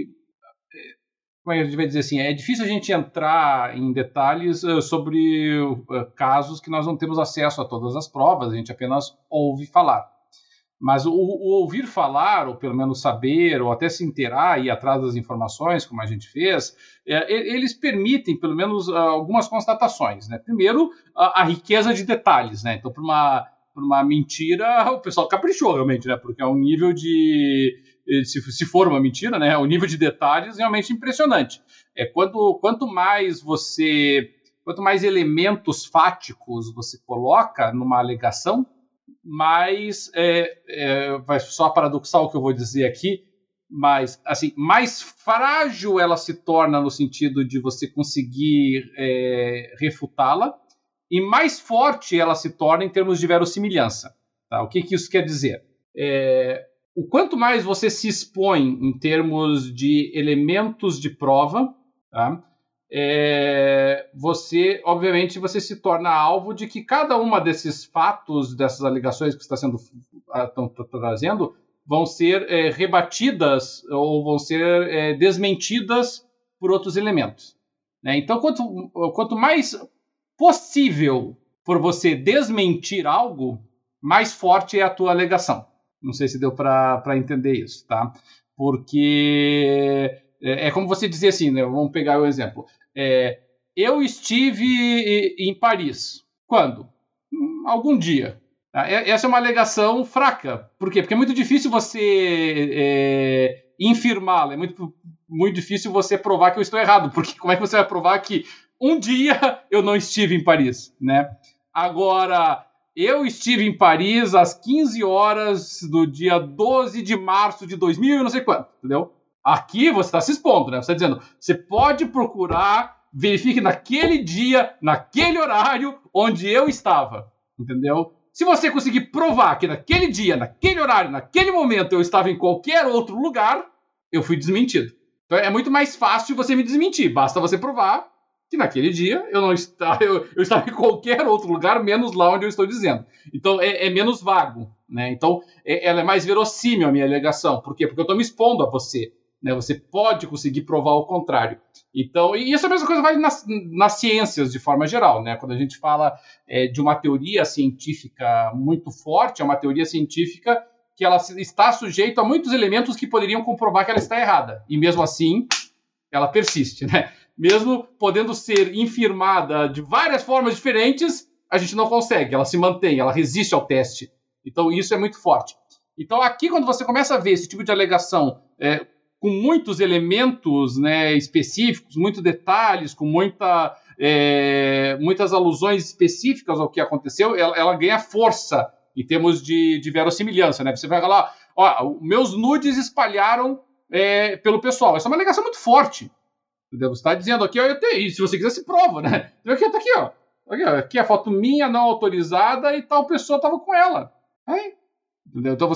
Speaker 2: como a gente vai dizer assim, é difícil a gente entrar em detalhes sobre casos que nós não temos acesso a todas as provas, a gente apenas ouve falar. Mas o ouvir falar, ou pelo menos saber, ou até se inteirar e ir atrás das informações, como a gente fez, eles permitem, pelo menos, algumas constatações, né? Primeiro, a riqueza de detalhes, né? Então, por uma mentira, o pessoal caprichou realmente, né? Porque é um nível de... Se for uma mentira, né? O nível de detalhes é realmente impressionante. Quanto mais você quanto mais elementos fáticos você coloca numa alegação, mais, vai só paradoxal o que eu vou dizer aqui, mas assim, mais frágil ela se torna no sentido de você conseguir refutá-la, e mais forte ela se torna em termos de verossimilhança. Tá? O que isso quer dizer? O quanto mais você se expõe em termos de elementos de prova, tá? Obviamente, você se torna alvo de que cada uma desses fatos, dessas alegações que estão trazendo, vão ser rebatidas ou vão ser desmentidas por outros elementos. Né? Então, quanto mais possível for você desmentir algo, mais forte é a tua alegação. Não sei se deu para entender isso, tá? Porque é como você dizer assim, né? Vamos pegar o exemplo. Eu estive em Paris. Quando? Algum dia. Essa é uma alegação fraca. Por quê? Porque é muito difícil você infirmá-la. É muito difícil você provar que eu estou errado. Porque como é que você vai provar que um dia eu não estive em Paris, né? Agora, eu estive em Paris às 15 horas do dia 12 de março de 2000 e não sei quanto, entendeu? Aqui você está se expondo, né? Você está dizendo, você pode procurar, verifique naquele dia, naquele horário onde eu estava, entendeu? Se você conseguir provar que naquele dia, naquele horário, naquele momento eu estava em qualquer outro lugar, eu fui desmentido. Então é muito mais fácil você me desmentir, basta você provar que naquele dia eu não estava, eu estava em qualquer outro lugar, menos lá onde eu estou dizendo. Então é menos vago, né? Então ela é mais verossímil a minha alegação. Por quê? Porque eu estou me expondo a você. Né? Você pode conseguir provar o contrário. Então, e isso é a mesma coisa vai nas ciências de forma geral, né? Quando a gente fala de uma teoria científica muito forte, é uma teoria científica que ela está sujeita a muitos elementos que poderiam comprovar que ela está errada. E mesmo assim, ela persiste, né? Mesmo podendo ser infirmada de várias formas diferentes, a gente não consegue, ela se mantém, ela resiste ao teste. Então, isso é muito forte. Então, aqui, quando você começa a ver esse tipo de alegação com muitos elementos, né, específicos, muitos detalhes, com muitas alusões específicas ao que aconteceu, ela ganha força em termos de verossimilhança. Né? Você vai lá, meus nudes espalharam pelo pessoal. Essa é uma alegação muito forte. Entendeu? Você está dizendo aqui, e se você quiser, se prova, né? Então, aqui, tá aqui, ó. Aqui a foto minha não autorizada e tal pessoa estava com ela. Aí, entendeu? Então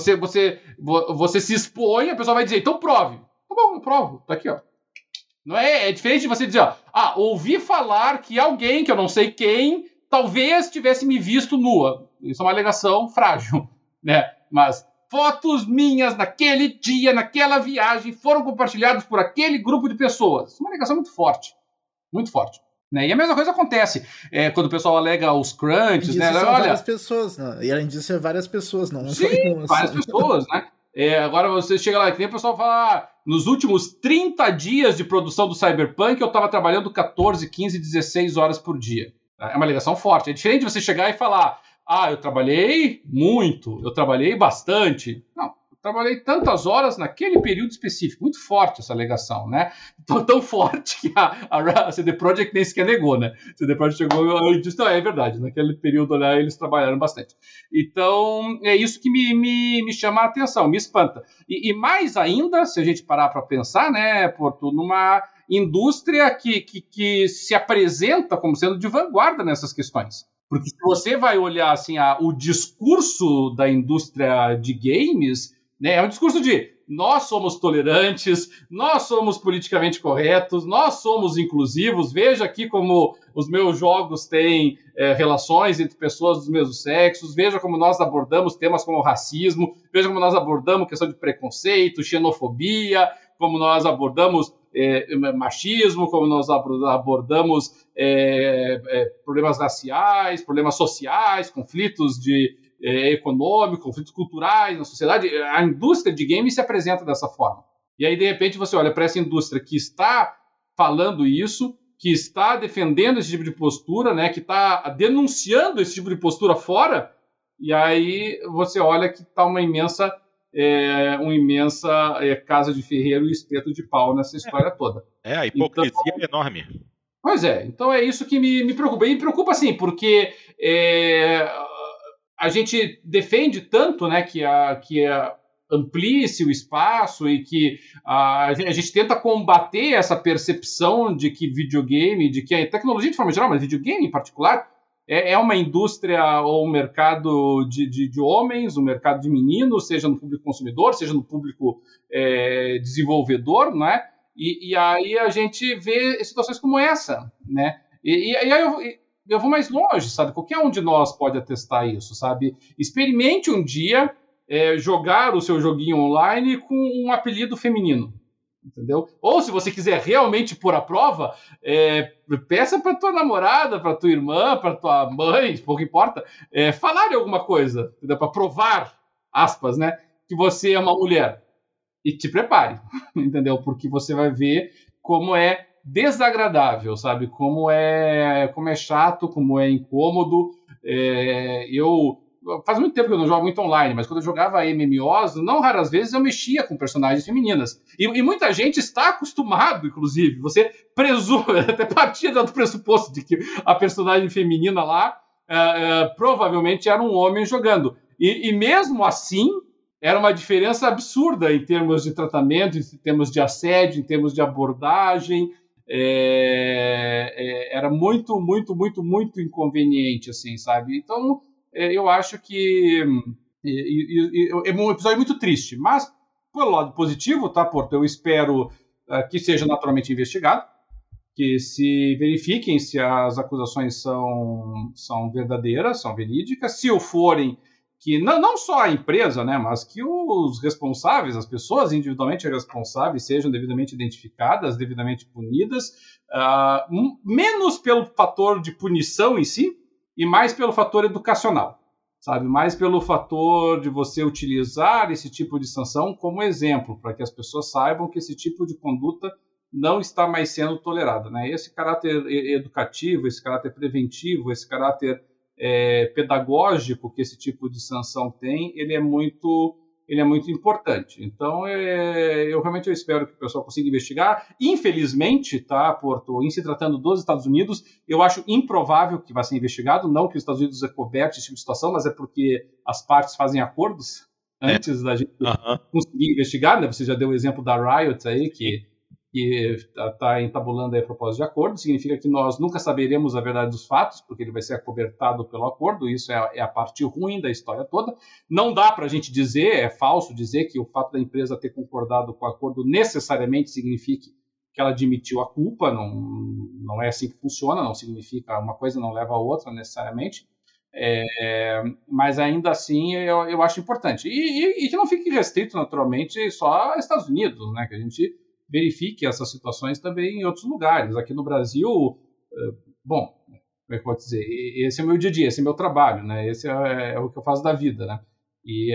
Speaker 2: você se expõe, a pessoa vai dizer, então prove. Tá bom, eu provo. Tá aqui, ó. Não é diferente de você dizer, ouvi falar que alguém, que eu não sei quem, talvez tivesse me visto nua. Isso é uma alegação frágil, né? Mas fotos minhas naquele dia, naquela viagem, foram compartilhadas por aquele grupo de pessoas. Isso é uma alegação muito forte. Muito forte. Né? E a mesma coisa acontece quando o pessoal alega os crunches, né?
Speaker 3: São várias pessoas, né? E além disso, várias pessoas, não.
Speaker 2: Sim, várias pessoas, né? Agora você chega lá, que nem o pessoal fala, nos últimos 30 dias de produção do Cyberpunk, eu estava trabalhando 14, 15, 16 horas por dia. É uma alegação forte. É diferente de você chegar e falar, eu trabalhei muito, eu trabalhei bastante. Não, eu trabalhei tantas horas naquele período específico. Muito forte essa alegação, né? Tão forte que a CD Projekt nem sequer negou, né? A CD Projekt chegou e disse, não, é verdade, naquele período lá eles trabalharam bastante. Então, é isso que me chama a atenção, me espanta. E mais ainda, se a gente parar para pensar, né, Porto, numa indústria que se apresenta como sendo de vanguarda nessas questões. Porque se você vai olhar assim, o discurso da indústria de games, né, é um discurso de nós somos tolerantes, nós somos politicamente corretos, nós somos inclusivos, veja aqui como os meus jogos têm relações entre pessoas dos mesmos sexos, veja como nós abordamos temas como racismo, veja como nós abordamos questão de preconceito, xenofobia, como nós abordamos machismo, como nós abordamos problemas raciais, problemas sociais, conflitos econômicos, conflitos culturais na sociedade. A indústria de games se apresenta dessa forma. E aí, de repente, você olha para essa indústria que está falando isso, que está defendendo esse tipo de postura, né, que está denunciando esse tipo de postura fora, e aí você olha que está uma imensa casa de ferreiro e espeto de pau nessa história toda.
Speaker 1: A hipocrisia é enorme.
Speaker 2: Pois é, então é isso que me preocupa. E me preocupa, assim, porque a gente defende tanto, né, que amplie-se o espaço e que a gente tenta combater essa percepção de que videogame, de que a tecnologia de forma geral, mas videogame em particular, é uma indústria ou um mercado de homens, um mercado de meninos, seja no público consumidor, seja no público desenvolvedor, né? E aí a gente vê situações como essa, né? E aí eu vou mais longe, sabe? Qualquer um de nós pode atestar isso, sabe? Experimente um dia jogar o seu joguinho online com um apelido feminino, entendeu? Ou se você quiser realmente pôr à prova, peça para tua namorada, para tua irmã, para tua mãe, pouco importa, falar de alguma coisa, para provar, aspas, né? Que você é uma mulher. E te prepare, entendeu? Porque você vai ver como é desagradável, sabe? Como é chato, como é incômodo. Faz muito tempo que eu não jogo muito online, mas quando eu jogava MMOs, não raras vezes eu mexia com personagens femininas. E muita gente está acostumado, inclusive. Você presume, até partia do pressuposto de que a personagem feminina lá provavelmente era um homem jogando. E mesmo assim, era uma diferença absurda em termos de tratamento, em termos de assédio, em termos de abordagem. Era muito, muito, muito, muito inconveniente, assim, sabe? Então, eu acho que é um episódio muito triste, mas pelo lado positivo, tá, Porto? Eu espero que seja naturalmente investigado, que se verifiquem se as acusações são verdadeiras, são verídicas, se o forem, que não só a empresa, né, mas que os responsáveis, as pessoas individualmente responsáveis, sejam devidamente identificadas, devidamente punidas, menos pelo fator de punição em si, e mais pelo fator educacional, sabe? Mais pelo fator de você utilizar esse tipo de sanção como exemplo, para que as pessoas saibam que esse tipo de conduta não está mais sendo tolerado, né? Esse caráter educativo, esse caráter preventivo, esse caráter pedagógico que esse tipo de sanção tem, ele é muito importante. Então, eu realmente espero que o pessoal consiga investigar. Infelizmente, tá, Porto, em se tratando dos Estados Unidos, eu acho improvável que vá ser investigado, não que os Estados Unidos acoberte esse tipo de situação, mas é porque as partes fazem acordos antes da gente conseguir investigar, né? Você já deu o exemplo da Riot aí, que está entabulando aí a proposta de acordo, significa que nós nunca saberemos a verdade dos fatos, porque ele vai ser acobertado pelo acordo, isso é a parte ruim da história toda. Não dá para a gente dizer, é falso dizer que o fato da empresa ter concordado com o acordo necessariamente signifique que ela admitiu a culpa, não é assim que funciona, não significa, uma coisa não leva a outra necessariamente, mas ainda assim eu acho importante. E que não fique restrito naturalmente só aos Estados Unidos, né, que a gente verifique essas situações também em outros lugares. Aqui no Brasil, bom, como é que eu vou dizer? Esse é o meu dia a dia, esse é o meu trabalho, né? Esse é o que eu faço da vida, né? E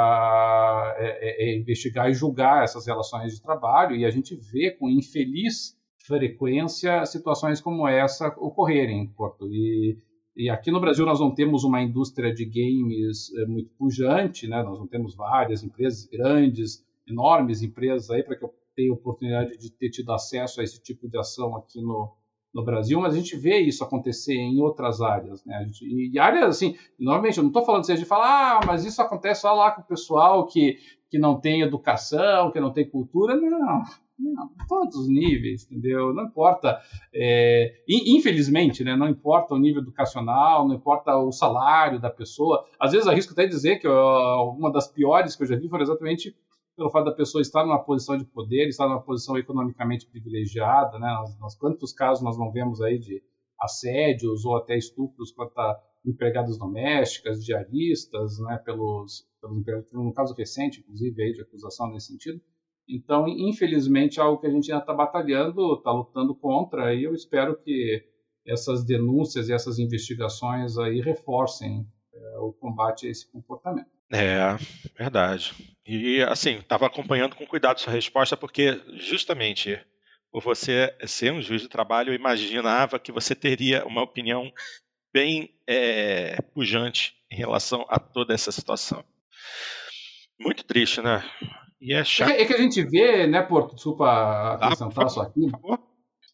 Speaker 2: investigar e julgar essas relações de trabalho, e a gente vê com infeliz frequência situações como essa ocorrerem, Porto. E aqui no Brasil nós não temos uma indústria de games muito pujante, né? Nós não temos várias empresas grandes, enormes empresas aí para que eu ter a oportunidade de ter tido acesso a esse tipo de ação aqui no Brasil, mas a gente vê isso acontecer em outras áreas, né? E áreas, assim, normalmente, eu não estou falando assim, a gente fala, mas isso acontece só lá com o pessoal que não tem educação, que não tem cultura. Não, todos os níveis, entendeu? Não importa, infelizmente, né? Não importa o nível educacional, não importa o salário da pessoa. Às vezes arrisco até dizer que uma das piores que eu já vi foi exatamente pelo fato da pessoa estar numa posição de poder, estar numa posição economicamente privilegiada, né? Quantos casos nós não vemos aí de assédios ou até estupros contra empregadas domésticas, diaristas, né? Pelos um caso recente, inclusive, aí, de acusação nesse sentido. Então, infelizmente, é algo que a gente ainda está batalhando, está lutando contra, e eu espero que essas denúncias e essas investigações aí reforcem o combate a esse comportamento.
Speaker 1: Verdade. E, assim, estava acompanhando com cuidado sua resposta, porque justamente por você ser um juiz de trabalho, eu imaginava que você teria uma opinião bem pujante em relação a toda essa situação. Muito triste, né? E é chato.
Speaker 2: É que a gente vê, né, Porto? Desculpa acrescentar só aqui.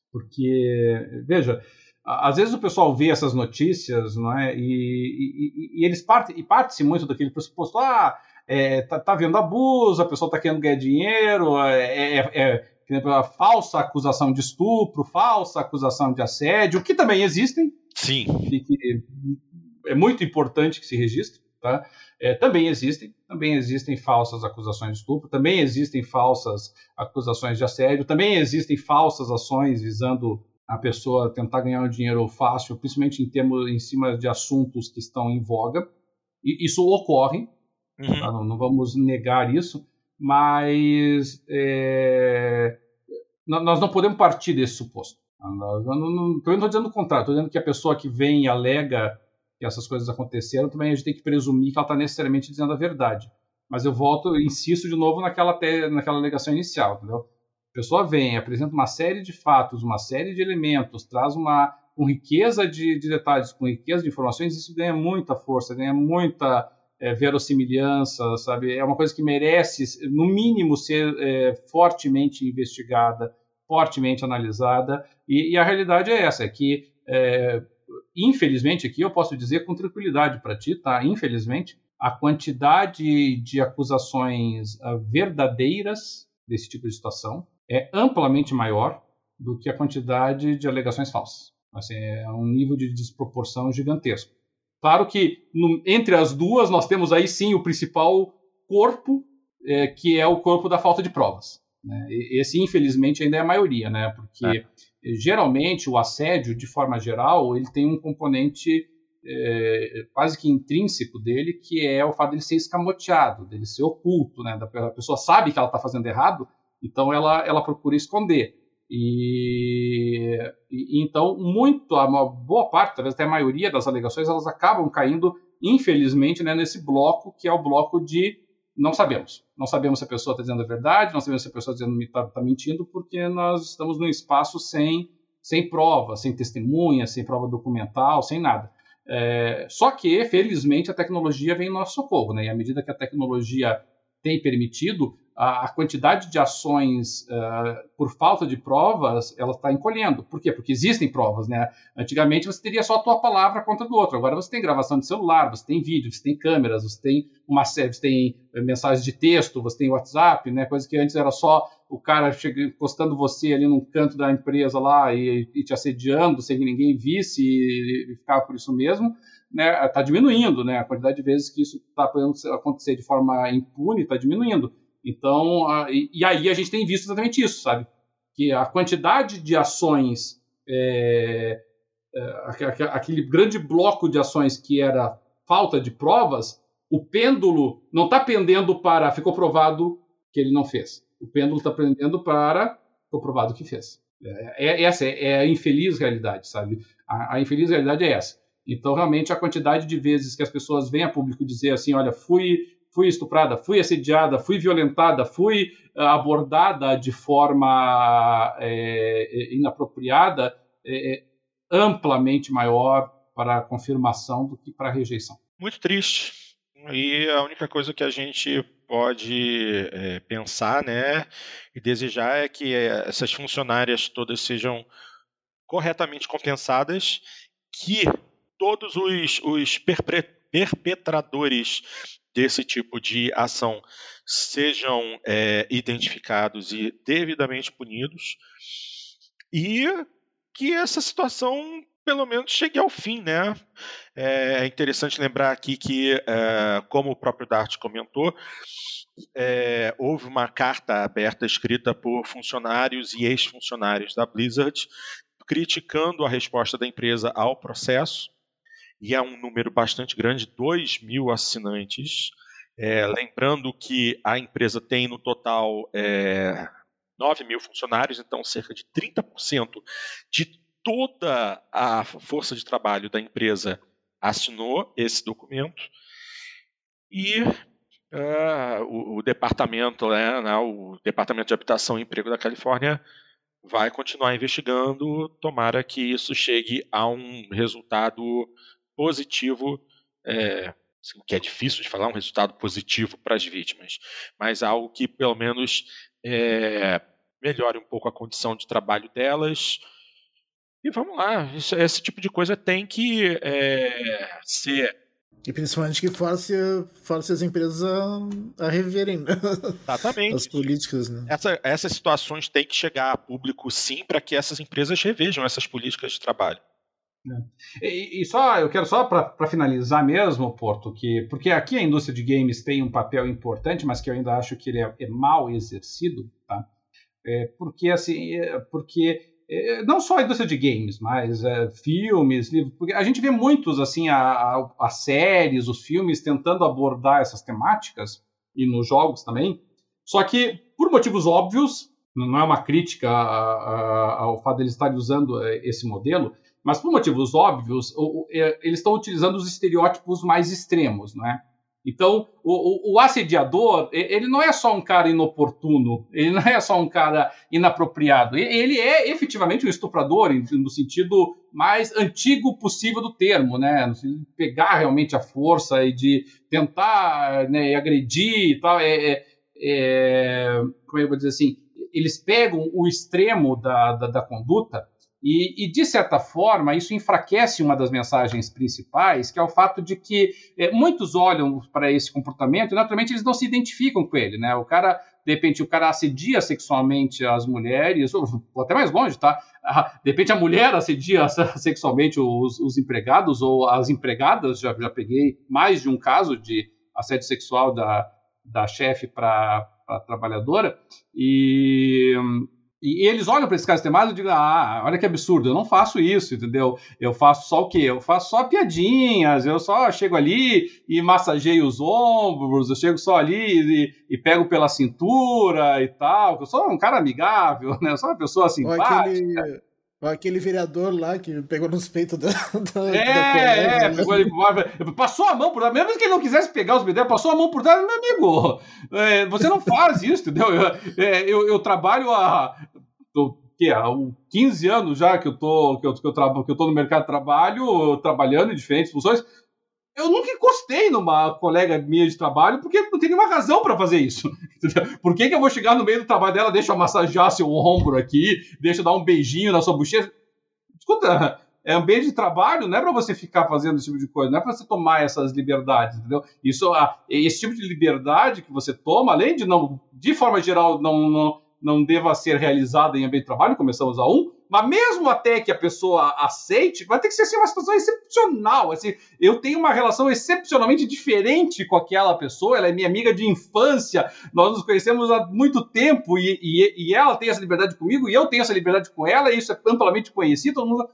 Speaker 2: Porque, veja, às vezes o pessoal vê essas notícias, não é? E eles parte-se muito daquele pressuposto, tá havendo abuso, a pessoa está querendo ganhar dinheiro, por exemplo, a falsa acusação de estupro, falsa acusação de assédio, que também existem.
Speaker 1: Sim.
Speaker 2: E que é muito importante que se registre, tá? Também existem falsas acusações de estupro, também existem falsas acusações de assédio, também existem falsas ações visando a pessoa tentar ganhar um dinheiro fácil, principalmente em cima de assuntos que estão em voga. E isso ocorre, tá? Não vamos negar isso, mas nós não podemos partir desse suposto. Eu não estou dizendo o contrário, estou dizendo que a pessoa que vem e alega que essas coisas aconteceram, também a gente tem que presumir que ela está necessariamente dizendo a verdade. Mas eu insisto de novo naquela alegação inicial, entendeu? A pessoa vem, apresenta uma série de fatos, uma série de elementos, traz com riqueza de detalhes, com riqueza de informações, isso ganha muita força, ganha muita verossimilhança, sabe? É uma coisa que merece, no mínimo, ser fortemente investigada, fortemente analisada, e a realidade é essa, é que infelizmente, aqui eu posso dizer com tranquilidade para ti, tá? Infelizmente, a quantidade de acusações verdadeiras desse tipo de situação é amplamente maior do que a quantidade de alegações falsas. Assim, é um nível de desproporção gigantesco. Claro que entre as duas nós temos aí sim o principal corpo, que é o corpo da falta de provas, né? Esse, infelizmente, ainda é a maioria, né? Porque geralmente o assédio, de forma geral, ele tem um componente quase que intrínseco dele, que é o fato dele ser escamoteado, dele ser oculto, né? A pessoa sabe que ela está fazendo errado, então ela procura esconder. Então, uma boa parte, talvez até a maioria das alegações, elas acabam caindo, infelizmente, né, nesse bloco, que é o bloco de não sabemos. Não sabemos se a pessoa está dizendo a verdade, não sabemos se a pessoa está mentindo, porque nós estamos num espaço sem prova, sem testemunha, sem prova documental, sem nada. Só que, felizmente, a tecnologia vem em nosso socorro, né? E à medida que a tecnologia tem permitido, a quantidade de ações por falta de provas, ela está encolhendo. Por quê? Porque existem provas, né? Antigamente você teria só a tua palavra contra do outro. Agora você tem gravação de celular, você tem vídeo, você tem câmeras, você tem você tem mensagens de texto, você tem WhatsApp, né? Coisa que antes era só o cara postando você ali num canto da empresa lá e te assediando sem que ninguém visse e ficava por isso mesmo. Né? Está diminuindo, né? A quantidade de vezes que isso está podendo acontecer de forma impune está diminuindo. Então, e aí a gente tem visto exatamente isso, sabe? Que a quantidade de ações, aquele grande bloco de ações que era falta de provas, o pêndulo não está pendendo para ficou provado que ele não fez. O pêndulo está pendendo para ficou provado que fez. Essa é a infeliz realidade, sabe? A infeliz realidade é essa. Então, realmente, a quantidade de vezes que as pessoas vêm a público dizer assim, olha, fui estuprada, fui assediada, fui violentada, fui abordada de forma inapropriada, é amplamente maior para a confirmação do que para a rejeição.
Speaker 1: Muito triste. E a única coisa que a gente pode pensar, né, e desejar é que essas funcionárias todas sejam corretamente compensadas, que todos os perpetradores desse tipo de ação sejam identificados e devidamente punidos, e que essa situação pelo menos chegue ao fim, né? É interessante lembrar aqui que, como o próprio Dart comentou, houve uma carta aberta escrita por funcionários e ex-funcionários da Blizzard criticando a resposta da empresa ao processo, e é um número bastante grande, 2.000 assinantes. Lembrando que a empresa tem no total 9.000 funcionários, então cerca de 30% de toda a força de trabalho da empresa assinou esse documento. E o departamento, o Departamento de Habitação e Emprego da Califórnia vai continuar investigando, tomara que isso chegue a um resultado positivo, que é difícil de falar, um resultado positivo para as vítimas, mas algo que pelo menos melhore um pouco a condição de trabalho delas E vamos lá, esse tipo de coisa tem que ser...
Speaker 3: E principalmente que force as empresas a reverem, né?
Speaker 1: Exatamente.
Speaker 3: As políticas, né?
Speaker 1: Essas situações têm que chegar a público, sim, para que essas empresas revejam essas políticas de trabalho.
Speaker 2: Eu quero só para finalizar mesmo, Porto, porque aqui a indústria de games tem um papel importante, mas que eu ainda acho que ele é mal exercido, tá? Porque não só a indústria de games, mas filmes, livros, porque a gente vê muitos assim as séries, os filmes tentando abordar essas temáticas e nos jogos também, só que por motivos óbvios, não é uma crítica ao fato de eles estarem usando esse modelo, mas por motivos óbvios, eles estão utilizando os estereótipos mais extremos, né? Então, o assediador, ele não é só um cara inoportuno, ele não é só um cara inapropriado, ele é efetivamente um estuprador, no sentido mais antigo possível do termo, né? No sentido de pegar realmente a força e de tentar, né, agredir e tal. Como eu vou dizer assim, eles pegam o extremo da conduta e, de certa forma, isso enfraquece uma das mensagens principais, que é o fato de que muitos olham para esse comportamento e, naturalmente, eles não se identificam com ele, né? De repente, o cara assedia sexualmente as mulheres, ou até mais longe, tá? De repente, a mulher assedia sexualmente os empregados ou as empregadas. Já peguei mais de um caso de assédio sexual da chefe para a trabalhadora. E eles olham para esse caso temático e dizem, olha que absurdo, eu não faço isso, entendeu? Eu faço só o quê? Eu faço só piadinhas, eu só chego ali e massageio os ombros, eu chego só ali e pego pela cintura e tal, eu sou um cara amigável, né? Eu sou uma pessoa simpática.
Speaker 3: Aquele vereador lá que pegou nos peitos da
Speaker 2: pegou ele, passou a mão por trás, mesmo que ele não quisesse pegar os bebês, passou a mão por trás, meu amigo, você não faz isso, entendeu? Eu trabalho há 15 anos já que eu tô no mercado de trabalho, trabalhando em diferentes funções. Eu nunca encostei numa colega minha de trabalho porque não tem nenhuma razão para fazer isso. Por que eu vou chegar no meio do trabalho dela, deixa eu massagear seu ombro aqui, deixa eu dar um beijinho na sua bochecha? Escuta, é ambiente de trabalho, não é para você ficar fazendo esse tipo de coisa, não é para você tomar essas liberdades, entendeu? Esse tipo de liberdade que você toma, além de de forma geral, não deva ser realizada em ambiente de trabalho, começamos mas mesmo até que a pessoa aceite, vai ter que ser assim, uma situação excepcional. Assim, eu tenho uma relação excepcionalmente diferente com aquela pessoa, ela é minha amiga de infância, nós nos conhecemos há muito tempo e ela tem essa liberdade comigo e eu tenho essa liberdade com ela, e isso é amplamente conhecido. Todo mundo,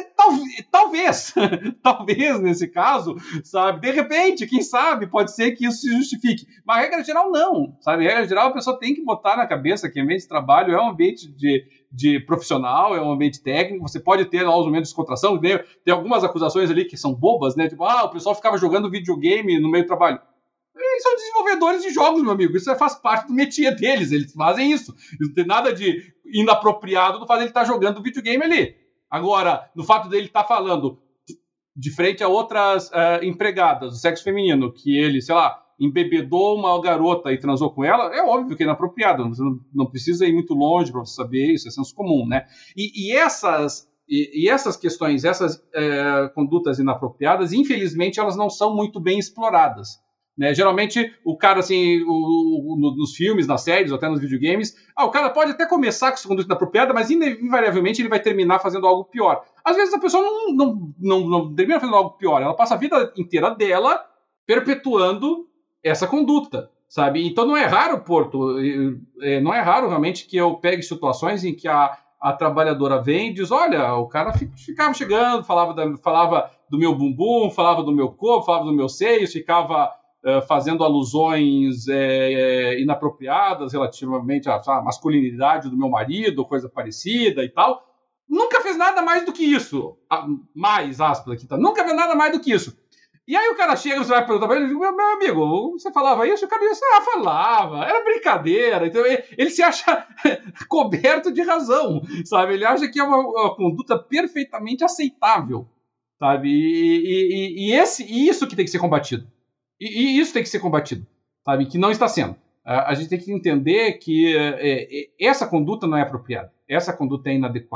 Speaker 2: talvez nesse caso, sabe? De repente, quem sabe, pode ser que isso se justifique. Mas, regra geral, não. Sabe? Regra geral, a pessoa tem que botar na cabeça que o ambiente de trabalho é um ambiente de profissional, é um ambiente técnico, você pode ter lá os momentos de descontração, tem algumas acusações ali que são bobas, né? Tipo, o pessoal ficava jogando videogame no meio do trabalho. Eles são desenvolvedores de jogos, meu amigo, isso faz parte do métier deles, eles fazem isso. Não tem nada de inapropriado do fato de ele estar jogando videogame ali. Agora, no fato dele estar falando de frente a outras empregadas do sexo feminino, que ele, sei lá, embebedou uma garota e transou com ela, é óbvio que é inapropriado, você não precisa ir muito longe para você saber isso, é senso comum, né? E essas questões, essas condutas inapropriadas, infelizmente, elas não são muito bem exploradas, né? Geralmente, o cara, assim, nos filmes, nas séries, ou até nos videogames, o cara pode até começar com essa conduta inapropriada, mas invariavelmente ele vai terminar fazendo algo pior. Às vezes a pessoa não termina fazendo algo pior, ela passa a vida inteira dela perpetuando essa conduta, sabe? Então não é raro, Porto, não é raro realmente que eu pegue situações em que a trabalhadora vem e diz, olha, o cara ficava chegando, falava do meu bumbum, falava do meu corpo, falava do meu seio, ficava fazendo alusões inapropriadas relativamente à masculinidade do meu marido, coisa parecida e tal. Nunca fez nada mais do que isso. Mais aspas aqui, tá? Nunca fez nada mais do que isso. E aí o cara chega, você vai perguntar pra ele, meu amigo, você falava isso? O cara diz, falava, era brincadeira. Então ele se acha coberto de razão, sabe? Ele acha que é uma conduta perfeitamente aceitável, sabe? E isso que tem que ser combatido. E isso tem que ser combatido, sabe? Que não está sendo. A gente tem que entender que essa conduta não é apropriada, essa conduta é inadequada.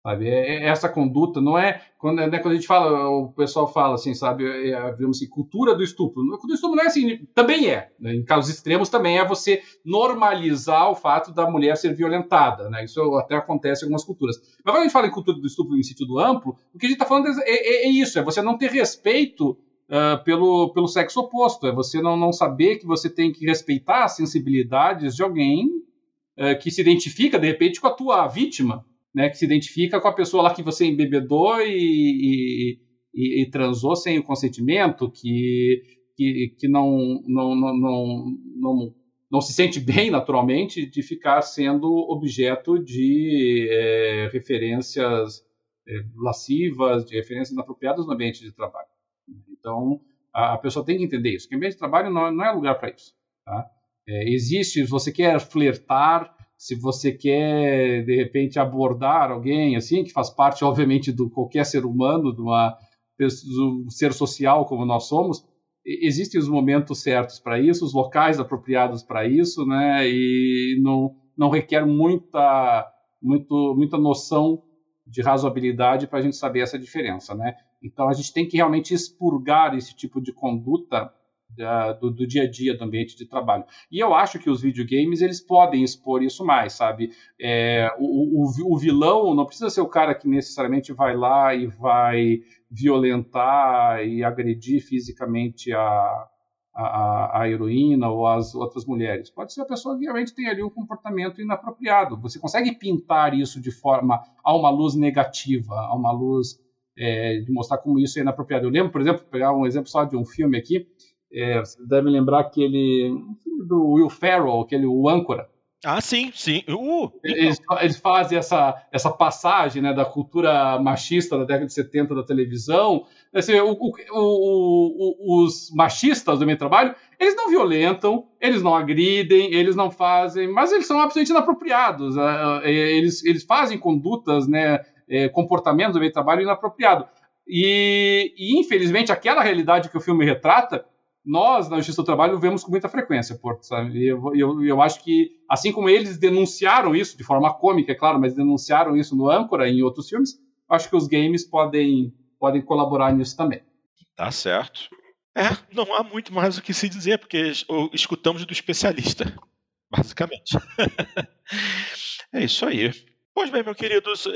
Speaker 2: sabe? Essa conduta não é quando a gente fala, o pessoal fala assim, sabe, digamos assim, cultura do estupro. Cultura do estupro não é assim, também né? Em casos extremos também é você normalizar o fato da mulher ser violentada, né? Isso até acontece em algumas culturas. Mas quando a gente fala em cultura do estupro em sentido amplo, o que a gente está falando é isso, é você não ter respeito pelo sexo oposto, é você não saber que você tem que respeitar as sensibilidades de alguém que se identifica, de repente, com a tua vítima, né, que se identifica com a pessoa lá que você embebedou e transou sem o consentimento, que não se sente bem, naturalmente, de ficar sendo objeto de referências lascivas, de referências inapropriadas no ambiente de trabalho. Então, a pessoa tem que entender isso, que o ambiente de trabalho não é lugar para isso. Tá? Existe, se você quer flertar, se você quer, de repente, abordar alguém, assim, que faz parte, obviamente, do qualquer ser humano, do ser social como nós somos, existem os momentos certos para isso, os locais apropriados para isso, né? E não requer muita noção de razoabilidade para a gente saber essa diferença, né? Então, a gente tem que realmente expurgar esse tipo de conduta do dia a dia do ambiente de trabalho. E eu acho que os videogames eles podem expor isso mais, sabe? O vilão não precisa ser o cara que necessariamente vai lá e vai violentar e agredir fisicamente a heroína ou as outras mulheres. Pode ser a pessoa que realmente tem ali um comportamento inapropriado. Você consegue pintar isso de forma a uma luz negativa, a uma luz de mostrar como isso é inapropriado. Eu lembro, por exemplo, pegar um exemplo só de um filme aqui, você deve lembrar aquele do Will Ferrell, o âncora.
Speaker 1: Ah, sim.
Speaker 2: Eles fazem essa passagem, né, da cultura machista da década de 70 da televisão. Assim, os machistas do meio trabalho, eles não violentam, eles não agridem, eles não fazem, mas eles são absolutamente inapropriados. Eles fazem condutas, né, comportamentos do meio trabalho inapropriado. E, infelizmente, aquela realidade que o filme retrata, nós, na Justiça do Trabalho, vemos com muita frequência, Porto, sabe? Eu acho que, assim como eles denunciaram isso, de forma cômica, é claro, mas denunciaram isso no Âncora e em outros filmes, acho que os games podem colaborar nisso também.
Speaker 1: Tá certo. Não há muito mais o que se dizer, porque escutamos do especialista, basicamente. É isso aí. Pois bem, meus queridos,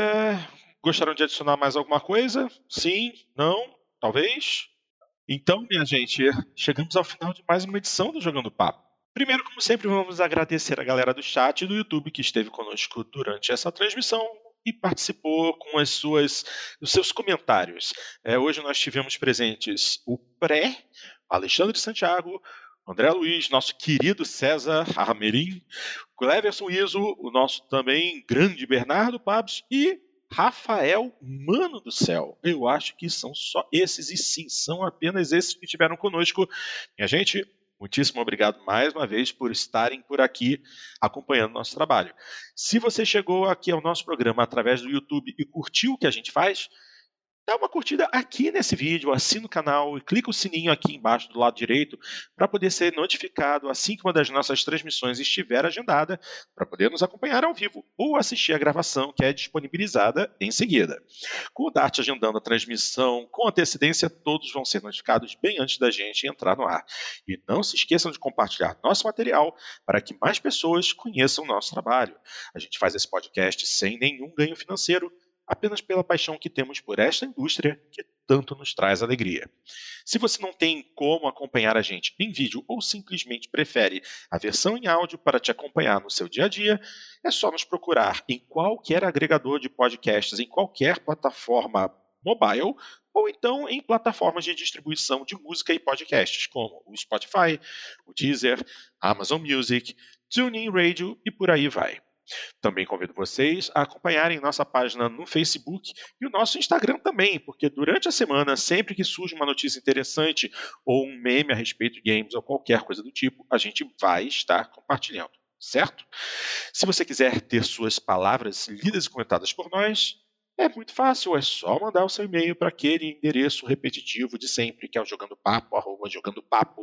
Speaker 1: gostaram de adicionar mais alguma coisa? Sim? Não? Talvez? Então, minha gente, chegamos ao final de mais uma edição do Jogando Papo. Primeiro, como sempre, vamos agradecer a galera do chat e do YouTube que esteve conosco durante essa transmissão e participou com os seus comentários. Hoje nós tivemos presentes o Alexandre Santiago, André Luiz, nosso querido César Armerim, Cleverson Iso, o nosso também grande Bernardo Pabs e Rafael, mano do céu, eu acho que são só esses, e sim, são apenas esses que estiveram conosco. Minha gente, muitíssimo obrigado mais uma vez por estarem por aqui acompanhando nosso trabalho. Se você chegou aqui ao nosso programa através do YouTube e curtiu o que a gente faz, dá uma curtida aqui nesse vídeo, assina o canal e clica o sininho aqui embaixo do lado direito para poder ser notificado assim que uma das nossas transmissões estiver agendada, para poder nos acompanhar ao vivo ou assistir a gravação que é disponibilizada em seguida. Com o Dart agendando a transmissão com antecedência, todos vão ser notificados bem antes da gente entrar no ar. E não se esqueçam de compartilhar nosso material para que mais pessoas conheçam o nosso trabalho. A gente faz esse podcast sem nenhum ganho financeiro, apenas pela paixão que temos por esta indústria que tanto nos traz alegria. Se você não tem como acompanhar a gente em vídeo ou simplesmente prefere a versão em áudio para te acompanhar no seu dia a dia, é só nos procurar em qualquer agregador de podcasts, em qualquer plataforma mobile, ou então em plataformas de distribuição de música e podcasts, como o Spotify, o Deezer, a Amazon Music, TuneIn Radio e por aí vai. Também convido vocês a acompanharem nossa página no Facebook e o nosso Instagram também, porque durante a semana, sempre que surge uma notícia interessante ou um meme a respeito de games ou qualquer coisa do tipo, a gente vai estar compartilhando, certo? Se você quiser ter suas palavras lidas e comentadas por nós, é muito fácil, é só mandar o seu e-mail para aquele endereço repetitivo de sempre, que é o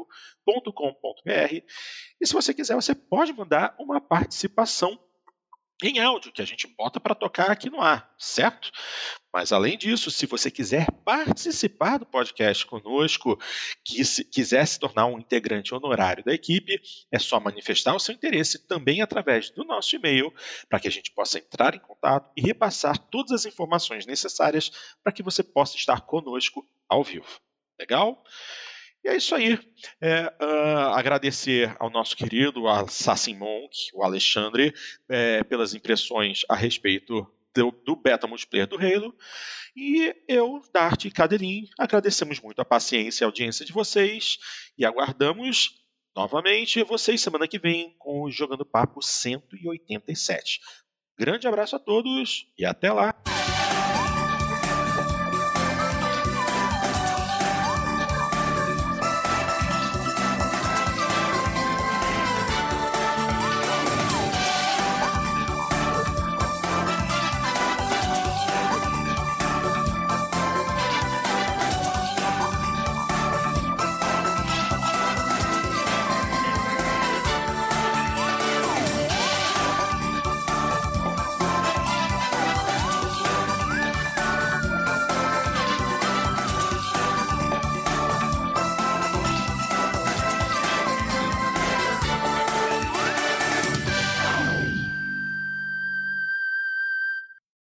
Speaker 1: jogandopapo@jogandopapo.com.br. E se você quiser, você pode mandar uma participação em áudio, que a gente bota para tocar aqui no ar, certo? Mas além disso, se você quiser participar do podcast conosco, quiser se tornar um integrante honorário da equipe, é só manifestar o seu interesse também através do nosso e-mail, para que a gente possa entrar em contato e repassar todas as informações necessárias para que você possa estar conosco ao vivo. Legal? E é isso aí. Agradecer ao nosso querido Assassin Monk, o Alexandre, pelas impressões a respeito do beta multiplayer do Halo. E eu, Dart e Cadelin, agradecemos muito a paciência e a audiência de vocês e aguardamos novamente vocês semana que vem com o Jogando Papo 187. Grande abraço a todos e até lá!